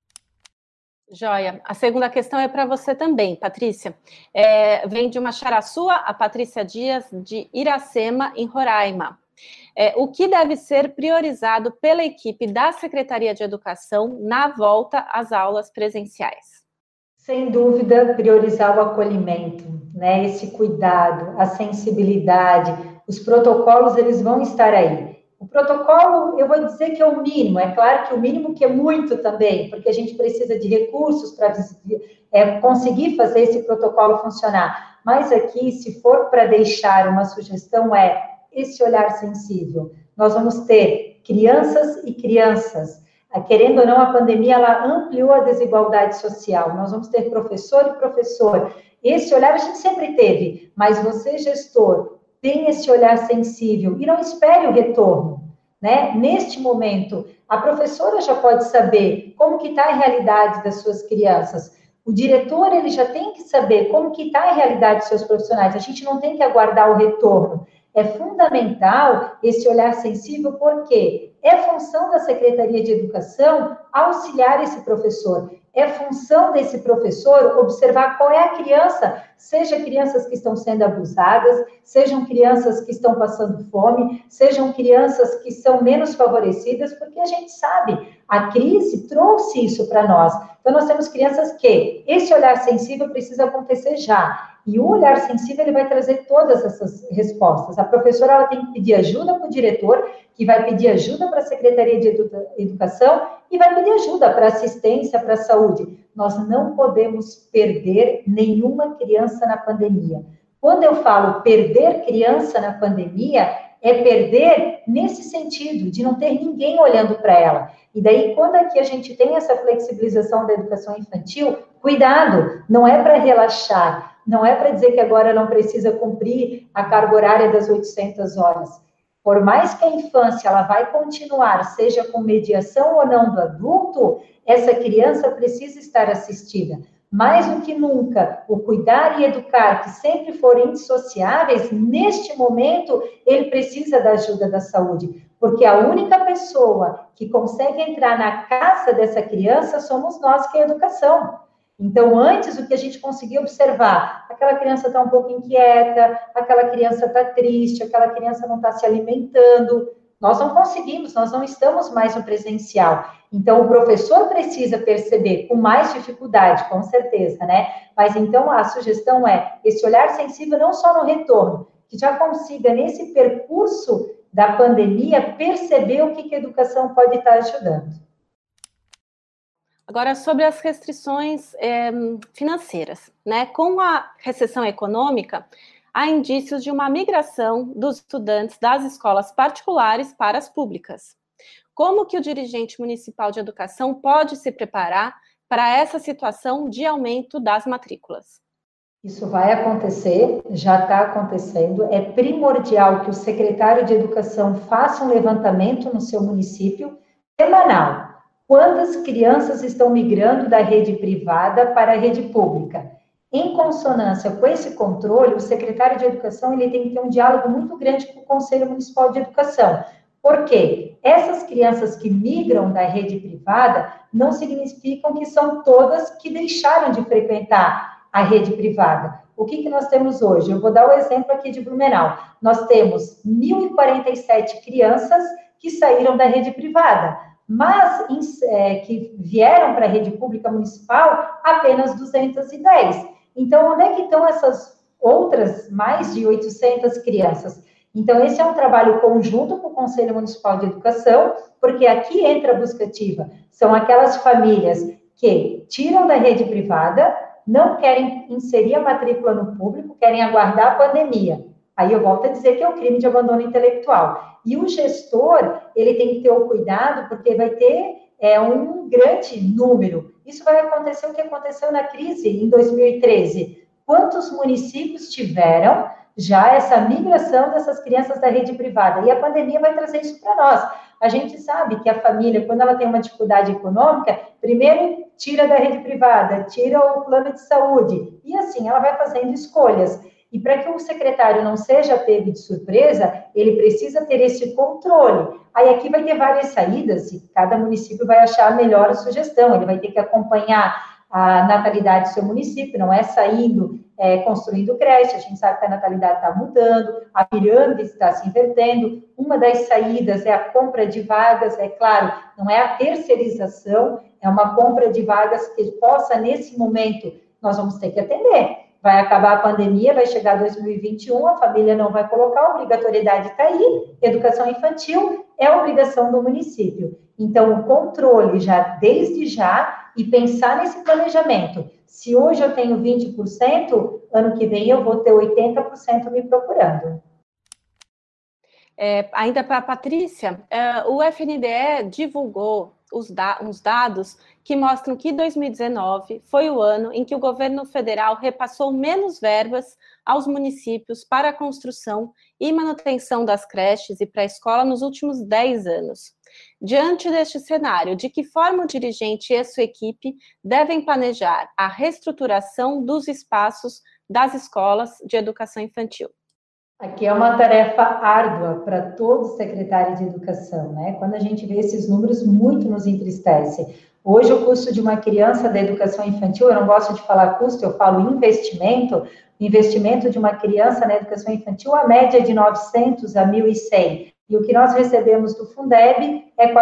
Joia. A segunda questão é para você também, Patrícia. Vem de uma xará sua, a Patrícia Dias, de Iracema, em Roraima. O que deve ser priorizado pela equipe da Secretaria de Educação na volta às aulas presenciais? Sem dúvida, priorizar o acolhimento, né? Esse cuidado, a sensibilidade, os protocolos, eles vão estar aí. O protocolo, eu vou dizer que é o mínimo, é claro que o mínimo que é muito também, porque a gente precisa de recursos para conseguir fazer esse protocolo funcionar. Mas aqui, se for para deixar uma sugestão, esse olhar sensível. Nós vamos ter crianças e crianças. Querendo ou não, a pandemia, ela ampliou a desigualdade social. Nós vamos ter professor e professor. Esse olhar a gente sempre teve, mas você, gestor, tem esse olhar sensível e não espere o retorno, né? Neste momento, a professora já pode saber como que está a realidade das suas crianças. O diretor, ele já tem que saber como que está a realidade dos seus profissionais. A gente não tem que aguardar o retorno. É fundamental esse olhar sensível, porque é função da Secretaria de Educação auxiliar esse professor. É função desse professor observar qual é a criança, seja crianças que estão sendo abusadas, sejam crianças que estão passando fome, sejam crianças que são menos favorecidas, porque a gente sabe, a crise trouxe isso para nós. Então, nós temos crianças que esse olhar sensível precisa acontecer já. E o olhar sensível, ele vai trazer todas essas respostas. A professora, ela tem que pedir ajuda para o diretor, que vai pedir ajuda para a Secretaria de Educação e vai pedir ajuda para a assistência, para a saúde. Nós não podemos perder nenhuma criança na pandemia. Quando eu falo perder criança na pandemia, é perder nesse sentido, de não ter ninguém olhando para ela. E daí, quando aqui a gente tem essa flexibilização da educação infantil, cuidado, não é para relaxar, não é para dizer que agora não precisa cumprir a carga horária das 800 horas. Por mais que a infância ela vai continuar, seja com mediação ou não do adulto, essa criança precisa estar assistida. Mais do que nunca, o cuidar e educar, que sempre foram indissociáveis, neste momento, ele precisa da ajuda da saúde. Porque a única pessoa que consegue entrar na casa dessa criança somos nós, que é a educação. Então, antes, o que a gente conseguia observar, aquela criança está um pouco inquieta, aquela criança está triste, aquela criança não está se alimentando. Nós não conseguimos, nós não estamos mais no presencial. Então, o professor precisa perceber com mais dificuldade, com certeza, né? Mas, então, a sugestão é esse olhar sensível não só no retorno, que já consiga, nesse percurso da pandemia, perceber o que a educação pode estar ajudando. Agora, sobre as restrições financeiras, né? Com a recessão econômica, há indícios de uma migração dos estudantes das escolas particulares para as públicas. Como que o dirigente municipal de educação pode se preparar para essa situação de aumento das matrículas? Isso vai acontecer, já está acontecendo. É primordial que o secretário de Educação faça um levantamento no seu município semanal. Quantas crianças estão migrando da rede privada para a rede pública? Em consonância com esse controle, o secretário de Educação ele tem que ter um diálogo muito grande com o Conselho Municipal de Educação, Por quê? Essas crianças que migram da rede privada não significam que são todas que deixaram de frequentar a rede privada. O que nós temos hoje? Eu vou dar o exemplo aqui de Blumenau. Nós temos 1.047 crianças que saíram da rede privada, mas que vieram para a rede pública municipal, apenas 210. Então, onde é que estão essas outras mais de 800 crianças? Então, esse é um trabalho conjunto com o Conselho Municipal de Educação, porque aqui entra a busca ativa. São aquelas famílias que tiram da rede privada, não querem inserir a matrícula no público, querem aguardar a pandemia. Aí eu volto a dizer que é o crime de abandono intelectual. E o gestor, ele tem que ter o cuidado, porque vai ter um grande número. Isso vai acontecer o que aconteceu na crise em 2013. Quantos municípios tiveram já essa migração dessas crianças da rede privada? E a pandemia vai trazer isso para nós. A gente sabe que a família, quando ela tem uma dificuldade econômica, primeiro tira da rede privada, tira o plano de saúde, e assim ela vai fazendo escolhas. E para que o secretário não seja pego de surpresa, ele precisa ter esse controle. Aí aqui vai ter várias saídas, e cada município vai achar a melhor sugestão, ele vai ter que acompanhar a natalidade do seu município, não é saindo, construindo creche, a gente sabe que a natalidade está mudando, a pirâmide está se invertendo, uma das saídas é a compra de vagas, é claro, não é a terceirização, é uma compra de vagas que possa, nesse momento, nós vamos ter que atender. Vai acabar a pandemia, vai chegar 2021, a família não vai colocar, a obrigatoriedade está aí, educação infantil é obrigação do município. Então, o controle já, desde já, e pensar nesse planejamento. Se hoje eu tenho 20%, ano que vem eu vou ter 80% me procurando. Ainda para a Patrícia, o FNDE divulgou uns dados que mostram que 2019 foi o ano em que o governo federal repassou menos verbas aos municípios para a construção e manutenção das creches e pré-escola nos últimos 10 anos. Diante deste cenário, de que forma o dirigente e a sua equipe devem planejar a reestruturação dos espaços das escolas de educação infantil? Aqui é uma tarefa árdua para todo secretário de educação, né? Quando a gente vê esses números, muito nos entristece. Hoje, o custo de uma criança da educação infantil, eu não gosto de falar custo, eu falo investimento. O investimento de uma criança na educação infantil, a média é de 900 a 1.100. E o que nós recebemos do Fundeb é R$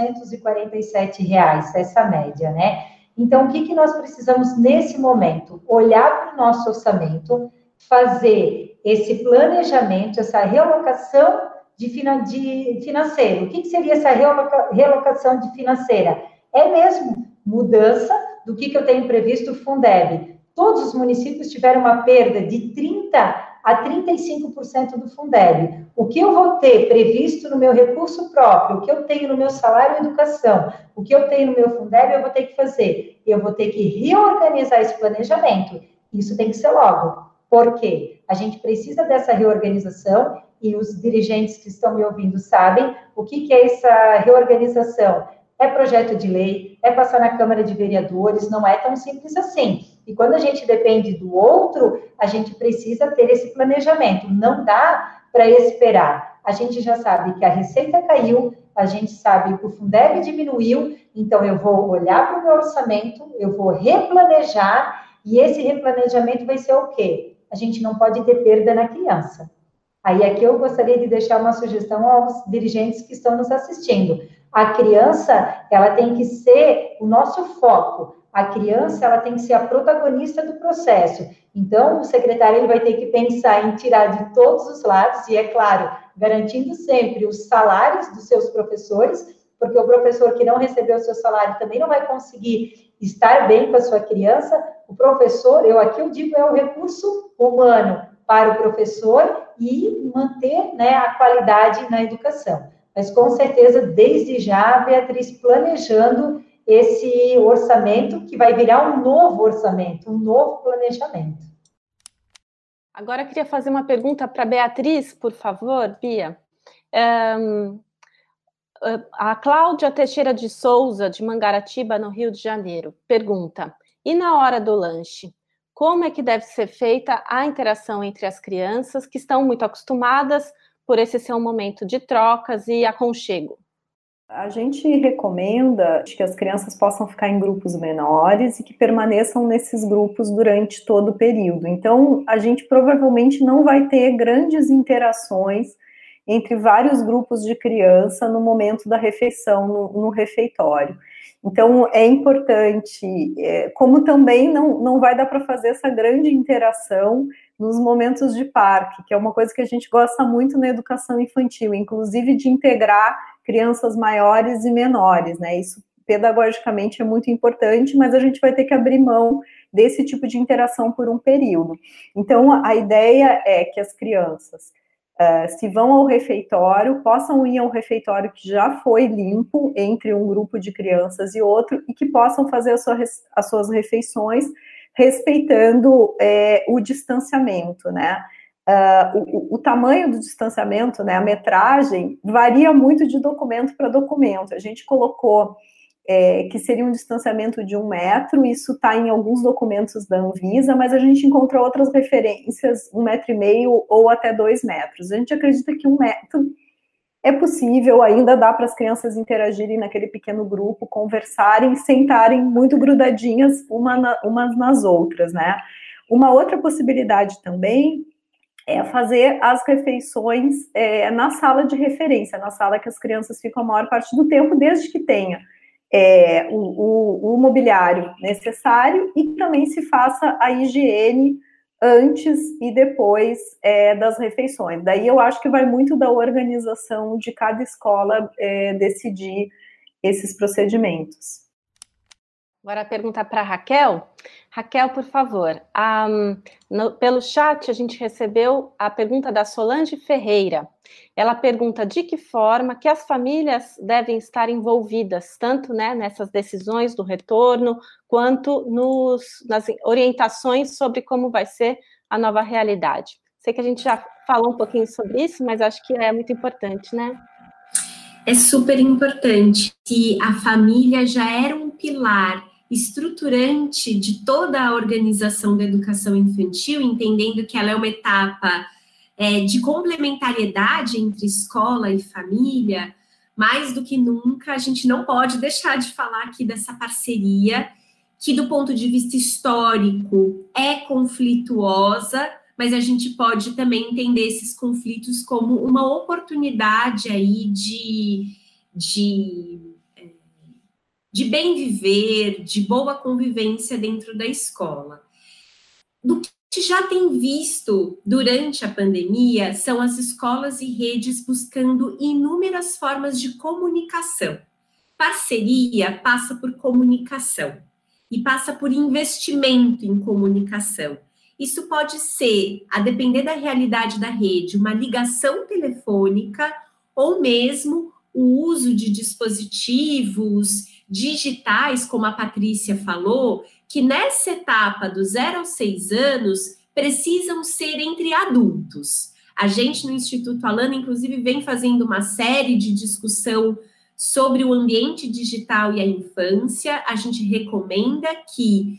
447, essa média, né? Então, o que nós precisamos nesse momento? Olhar para o nosso orçamento, fazer esse planejamento, essa realocação de financeiro. O que seria essa realocação de financeira? É mesmo mudança do que eu tenho previsto no Fundeb. Todos os municípios tiveram uma perda de 30% a 35% do Fundeb. O que eu vou ter previsto no meu recurso próprio, o que eu tenho no meu salário educação, o que eu tenho no meu Fundeb, eu vou ter que fazer. Eu vou ter que reorganizar esse planejamento. Isso tem que ser logo. Por quê? A gente precisa dessa reorganização e os dirigentes que estão me ouvindo sabem o que é essa reorganização. É projeto de lei, é passar na Câmara de Vereadores, não é tão simples assim. E quando a gente depende do outro, a gente precisa ter esse planejamento. Não dá para esperar. A gente já sabe que a receita caiu, a gente sabe que o Fundeb diminuiu, então eu vou olhar para o meu orçamento, eu vou replanejar, e esse replanejamento vai ser o quê? A gente não pode ter perda na criança. Aí aqui eu gostaria de deixar uma sugestão aos dirigentes que estão nos assistindo. A criança, ela tem que ser o nosso foco. A criança, ela tem que ser a protagonista do processo. Então, o secretário ele vai ter que pensar em tirar de todos os lados, e é claro, garantindo sempre os salários dos seus professores, porque o professor que não recebeu o seu salário também não vai conseguir estar bem com a sua criança. O professor, eu digo, é o recurso humano para o professor e manter, né, a qualidade na educação. Mas, com certeza, desde já, Beatriz, planejando esse orçamento, que vai virar um novo orçamento, um novo planejamento. Agora, eu queria fazer uma pergunta para a Beatriz, por favor, Bia. A Cláudia Teixeira de Souza, de Mangaratiba, no Rio de Janeiro, pergunta: e na hora do lanche, como é que deve ser feita a interação entre as crianças que estão muito acostumadas por esse ser um momento de trocas e aconchego? A gente recomenda que as crianças possam ficar em grupos menores e que permaneçam nesses grupos durante todo o período. Então, a gente provavelmente não vai ter grandes interações entre vários grupos de criança no momento da refeição, no refeitório. Então, é importante, como também não vai dar para fazer essa grande interação nos momentos de parque, que é uma coisa que a gente gosta muito na educação infantil, inclusive de integrar crianças maiores e menores, né? Isso pedagogicamente é muito importante, mas a gente vai ter que abrir mão desse tipo de interação por um período. Então, a ideia é que as crianças, se vão ao refeitório, possam ir ao refeitório que já foi limpo entre um grupo de crianças e outro, e que possam fazer as suas refeições respeitando o distanciamento, né? O tamanho do distanciamento, né, a metragem, varia muito de documento para documento. A gente colocou que seria um distanciamento de 1 metro, isso está em alguns documentos da Anvisa, mas a gente encontrou outras referências, 1,5 metro ou até 2 metros. A gente acredita que 1 metro é possível, ainda dá para as crianças interagirem naquele pequeno grupo, conversarem, sentarem muito grudadinhas umas nas outras, né? Uma outra possibilidade também é fazer as refeições na sala de referência, na sala que as crianças ficam a maior parte do tempo, desde que tenha o mobiliário necessário e também se faça a higiene antes e depois das refeições. Daí eu acho que vai muito da organização de cada escola decidir esses procedimentos. Agora perguntar para a Raquel. Raquel, por favor, pelo chat a gente recebeu a pergunta da Solange Ferreira. Ela pergunta de que forma que as famílias devem estar envolvidas, tanto, né, nessas decisões do retorno, quanto nas orientações sobre como vai ser a nova realidade. Sei que a gente já falou um pouquinho sobre isso, mas acho que é muito importante, né? É super importante. Se a família já era um pilar estruturante de toda a organização da educação infantil, entendendo que ela é uma etapa de complementariedade entre escola e família, mais do que nunca, a gente não pode deixar de falar aqui dessa parceria, que do ponto de vista histórico é conflituosa, mas a gente pode também entender esses conflitos como uma oportunidade aí de bem viver, de boa convivência dentro da escola. Do que a gente já tem visto durante a pandemia são as escolas e redes buscando inúmeras formas de comunicação. Parceria passa por comunicação e passa por investimento em comunicação. Isso pode ser, a depender da realidade da rede, uma ligação telefônica ou mesmo o uso de dispositivos digitais, como a Patrícia falou, que nessa etapa do 0 aos 6 anos precisam ser entre adultos. A gente no Instituto Alana, inclusive, vem fazendo uma série de discussão sobre o ambiente digital e a infância. A gente recomenda que,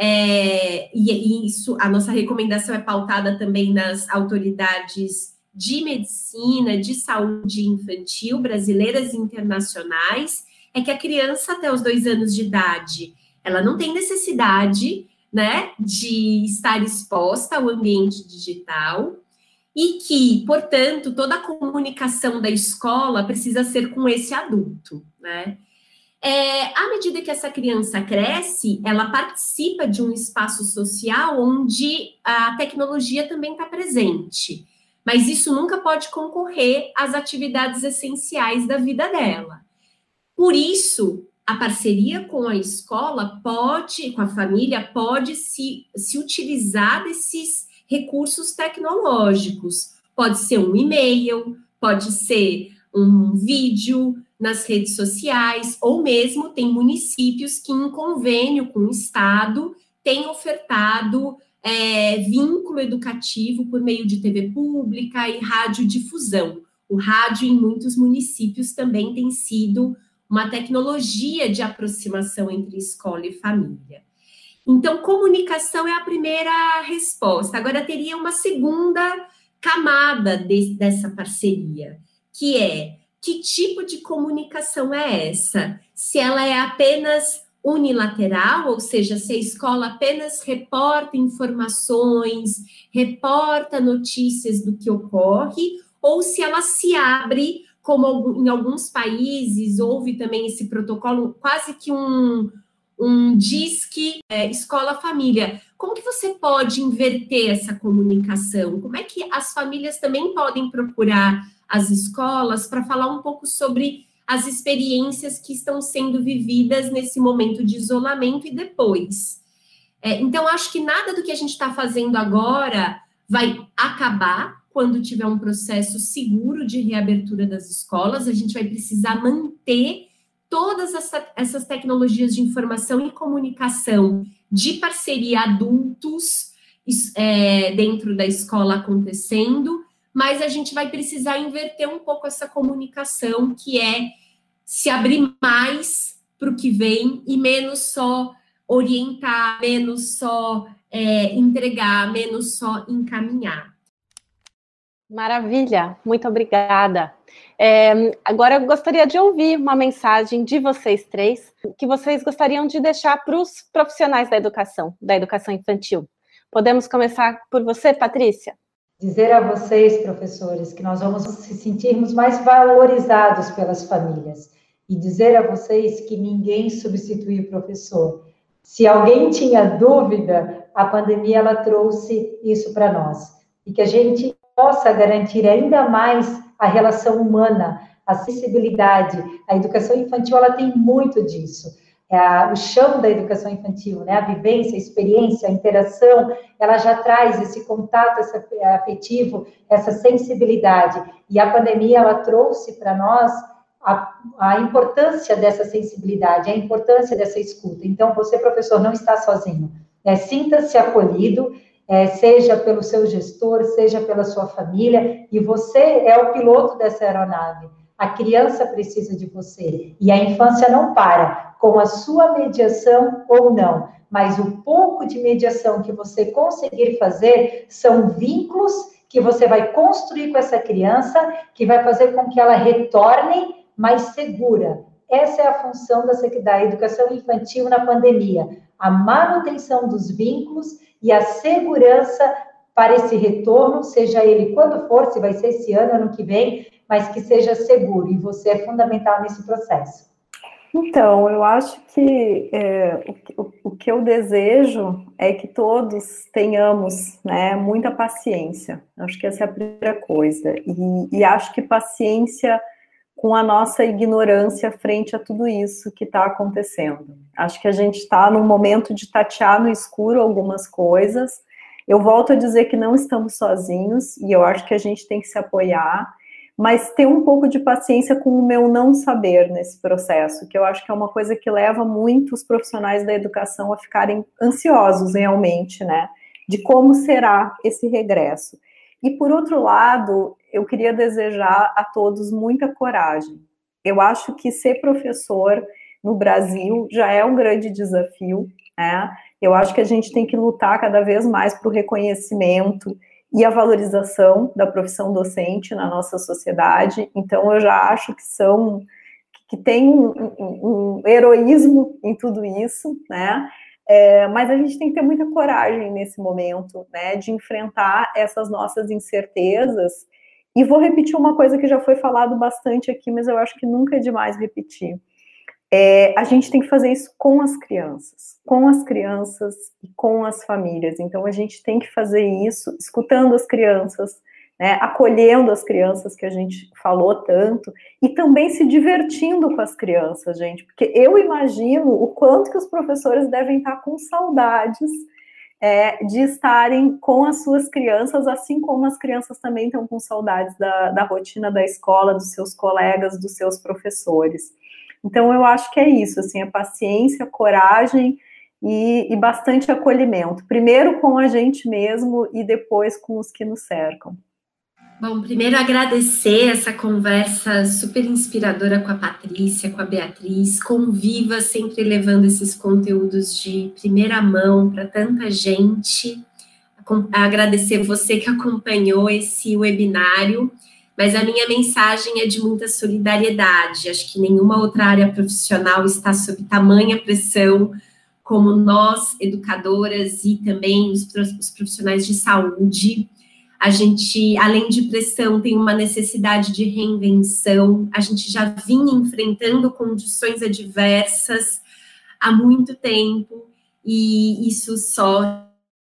isso, a nossa recomendação é pautada também nas autoridades de medicina, de saúde infantil, brasileiras e internacionais, é que a criança até os 2 anos de idade, ela não tem necessidade, né, de estar exposta ao ambiente digital e que, portanto, toda a comunicação da escola precisa ser com esse adulto, né? À medida que essa criança cresce, ela participa de um espaço social onde a tecnologia também está presente, mas isso nunca pode concorrer às atividades essenciais da vida dela. Por isso, a parceria com a escola com a família, pode se utilizar desses recursos tecnológicos. Pode ser um e-mail, pode ser um vídeo nas redes sociais, ou mesmo tem municípios que, em convênio com o Estado, têm ofertado vínculo educativo por meio de TV pública e radiodifusão. O rádio, em muitos municípios, também tem sido uma tecnologia de aproximação entre escola e família. Então, comunicação é a primeira resposta. Agora, teria uma segunda camada dessa parceria, que é: que tipo de comunicação é essa? Se ela é apenas unilateral, ou seja, se a escola apenas reporta informações, reporta notícias do que ocorre, ou se ela se abre, como em alguns países houve também esse protocolo, quase que um disque escola-família. Como que você pode inverter essa comunicação? Como é que as famílias também podem procurar as escolas para falar um pouco sobre as experiências que estão sendo vividas nesse momento de isolamento e depois? Então, acho que nada do que a gente está fazendo agora vai acabar quando tiver um processo seguro de reabertura das escolas. A gente vai precisar manter todas essas tecnologias de informação e comunicação de parceria adultos dentro da escola acontecendo, mas a gente vai precisar inverter um pouco essa comunicação, que é se abrir mais para o que vem e menos só orientar, menos só entregar, menos só encaminhar. Maravilha, muito obrigada. Agora eu gostaria de ouvir uma mensagem de vocês três que vocês gostariam de deixar para os profissionais da educação infantil. Podemos começar por você, Patrícia? Dizer a vocês, professores, que nós vamos se sentirmos mais valorizados pelas famílias e dizer a vocês que ninguém substitui o professor. Se alguém tinha dúvida, a pandemia ela trouxe isso para nós e que a gente possa garantir ainda mais a relação humana, a sensibilidade. A educação infantil ela tem muito disso. O chão da educação infantil, né? A vivência, a experiência, a interação, ela já traz esse contato afetivo, essa sensibilidade. E a pandemia, ela trouxe para nós a importância dessa sensibilidade, a importância dessa escuta. Então, você, professor, não está sozinho. Sinta-se acolhido, seja pelo seu gestor, seja pela sua família, e você é o piloto dessa aeronave. A criança precisa de você, e a infância não para, com a sua mediação ou não, mas o pouco de mediação que você conseguir fazer são vínculos que você vai construir com essa criança, que vai fazer com que ela retorne mais segura. Essa é a função da educação infantil na pandemia, a manutenção dos vínculos e a segurança para esse retorno, seja ele quando for, se vai ser esse ano que vem, mas que seja seguro, e você é fundamental nesse processo. Então, eu acho que o que eu desejo é que todos tenhamos, né, muita paciência. Acho que essa é a primeira coisa. E acho que paciência com a nossa ignorância frente a tudo isso que está acontecendo. Acho que a gente está num momento de tatear no escuro algumas coisas. Eu volto a dizer que não estamos sozinhos, e eu acho que a gente tem que se apoiar, mas ter um pouco de paciência com o meu não saber nesse processo, que eu acho que é uma coisa que leva muito os profissionais da educação a ficarem ansiosos realmente, né, de como será esse regresso. E, por outro lado, eu queria desejar a todos muita coragem. Eu acho que ser professor no Brasil já é um grande desafio, né? Eu acho que a gente tem que lutar cada vez mais para o reconhecimento e a valorização da profissão docente na nossa sociedade. Então, eu já acho que tem um heroísmo em tudo isso, né? Mas a gente tem que ter muita coragem nesse momento, né, de enfrentar essas nossas incertezas. E vou repetir uma coisa que já foi falado bastante aqui, mas eu acho que nunca é demais repetir. A gente tem que fazer isso com as crianças e com as famílias. Então, a gente tem que fazer isso escutando as crianças, né, acolhendo as crianças que a gente falou tanto, e também se divertindo com as crianças, gente, porque eu imagino o quanto que os professores devem estar com saudades de estarem com as suas crianças, assim como as crianças também estão com saudades da rotina da escola, dos seus colegas, dos seus professores. Então, eu acho que é isso, assim, a paciência, a coragem e bastante acolhimento, primeiro com a gente mesmo e depois com os que nos cercam. Bom, primeiro agradecer essa conversa super inspiradora com a Patrícia, com a Beatriz, Conviva, sempre levando esses conteúdos de primeira mão para tanta gente. A agradecer você que acompanhou esse webinário, mas a minha mensagem é de muita solidariedade. Acho que nenhuma outra área profissional está sob tamanha pressão como nós, educadoras, e também os profissionais de saúde. A gente, além de pressão, tem uma necessidade de reinvenção. A gente já vinha enfrentando condições adversas há muito tempo, e isso só,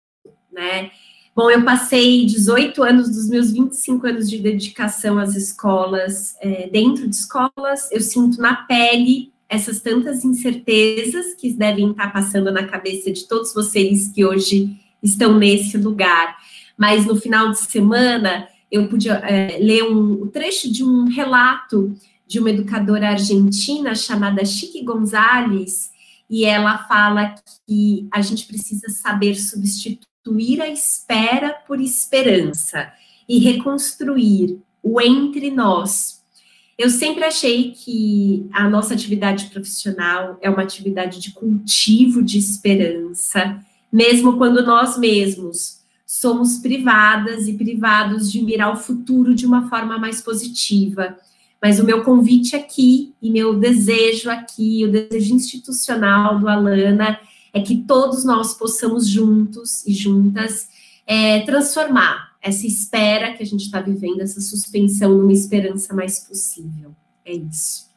né? Bom, eu passei 18 anos dos meus 25 anos de dedicação às escolas, dentro de escolas. Eu sinto na pele essas tantas incertezas que devem estar passando na cabeça de todos vocês que hoje estão nesse lugar. Mas no final de semana, eu pude ler um trecho de um relato de uma educadora argentina chamada Chiqui Gonzalez, e ela fala que a gente precisa saber substituir a espera por esperança e reconstruir o entre nós. Eu sempre achei que a nossa atividade profissional é uma atividade de cultivo de esperança, mesmo quando nós mesmos somos privadas e privados de mirar o futuro de uma forma mais positiva. Mas o meu convite aqui, e meu desejo aqui, o desejo institucional do Alana, é que todos nós possamos juntos e juntas transformar essa espera que a gente está vivendo, essa suspensão, numa esperança mais possível. É isso.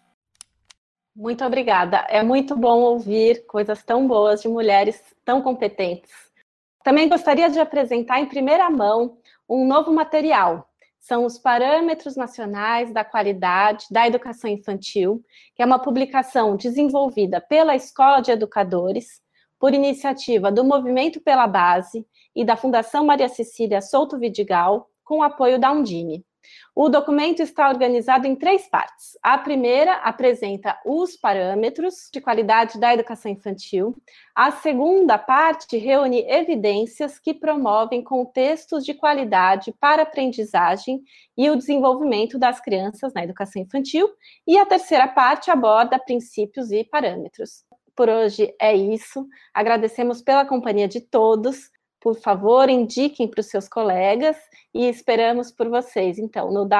Muito obrigada. É muito bom ouvir coisas tão boas de mulheres tão competentes. Também gostaria de apresentar em primeira mão um novo material. São os Parâmetros Nacionais da Qualidade da Educação Infantil, que é uma publicação desenvolvida pela Escola de Educadores, por iniciativa do Movimento pela Base e da Fundação Maria Cecília Souto Vidigal, com apoio da Undime. O documento está organizado em 3 partes. A primeira apresenta os parâmetros de qualidade da educação infantil. A segunda parte reúne evidências que promovem contextos de qualidade para a aprendizagem e o desenvolvimento das crianças na educação infantil. E a terceira parte aborda princípios e parâmetros. Por hoje é isso. Agradecemos pela companhia de todos. Por favor, indiquem para os seus colegas e esperamos por vocês, então, no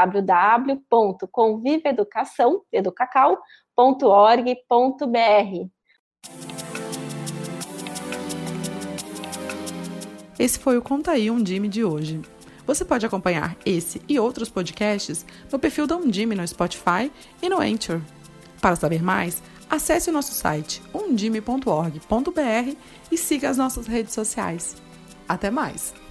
www.conviveeducação.org.br. Esse foi o Conta aí Undime de hoje. Você pode acompanhar esse e outros podcasts no perfil da Undime no Spotify e no Anchor. Para saber mais, acesse o nosso site undime.org.br e siga as nossas redes sociais. Até mais!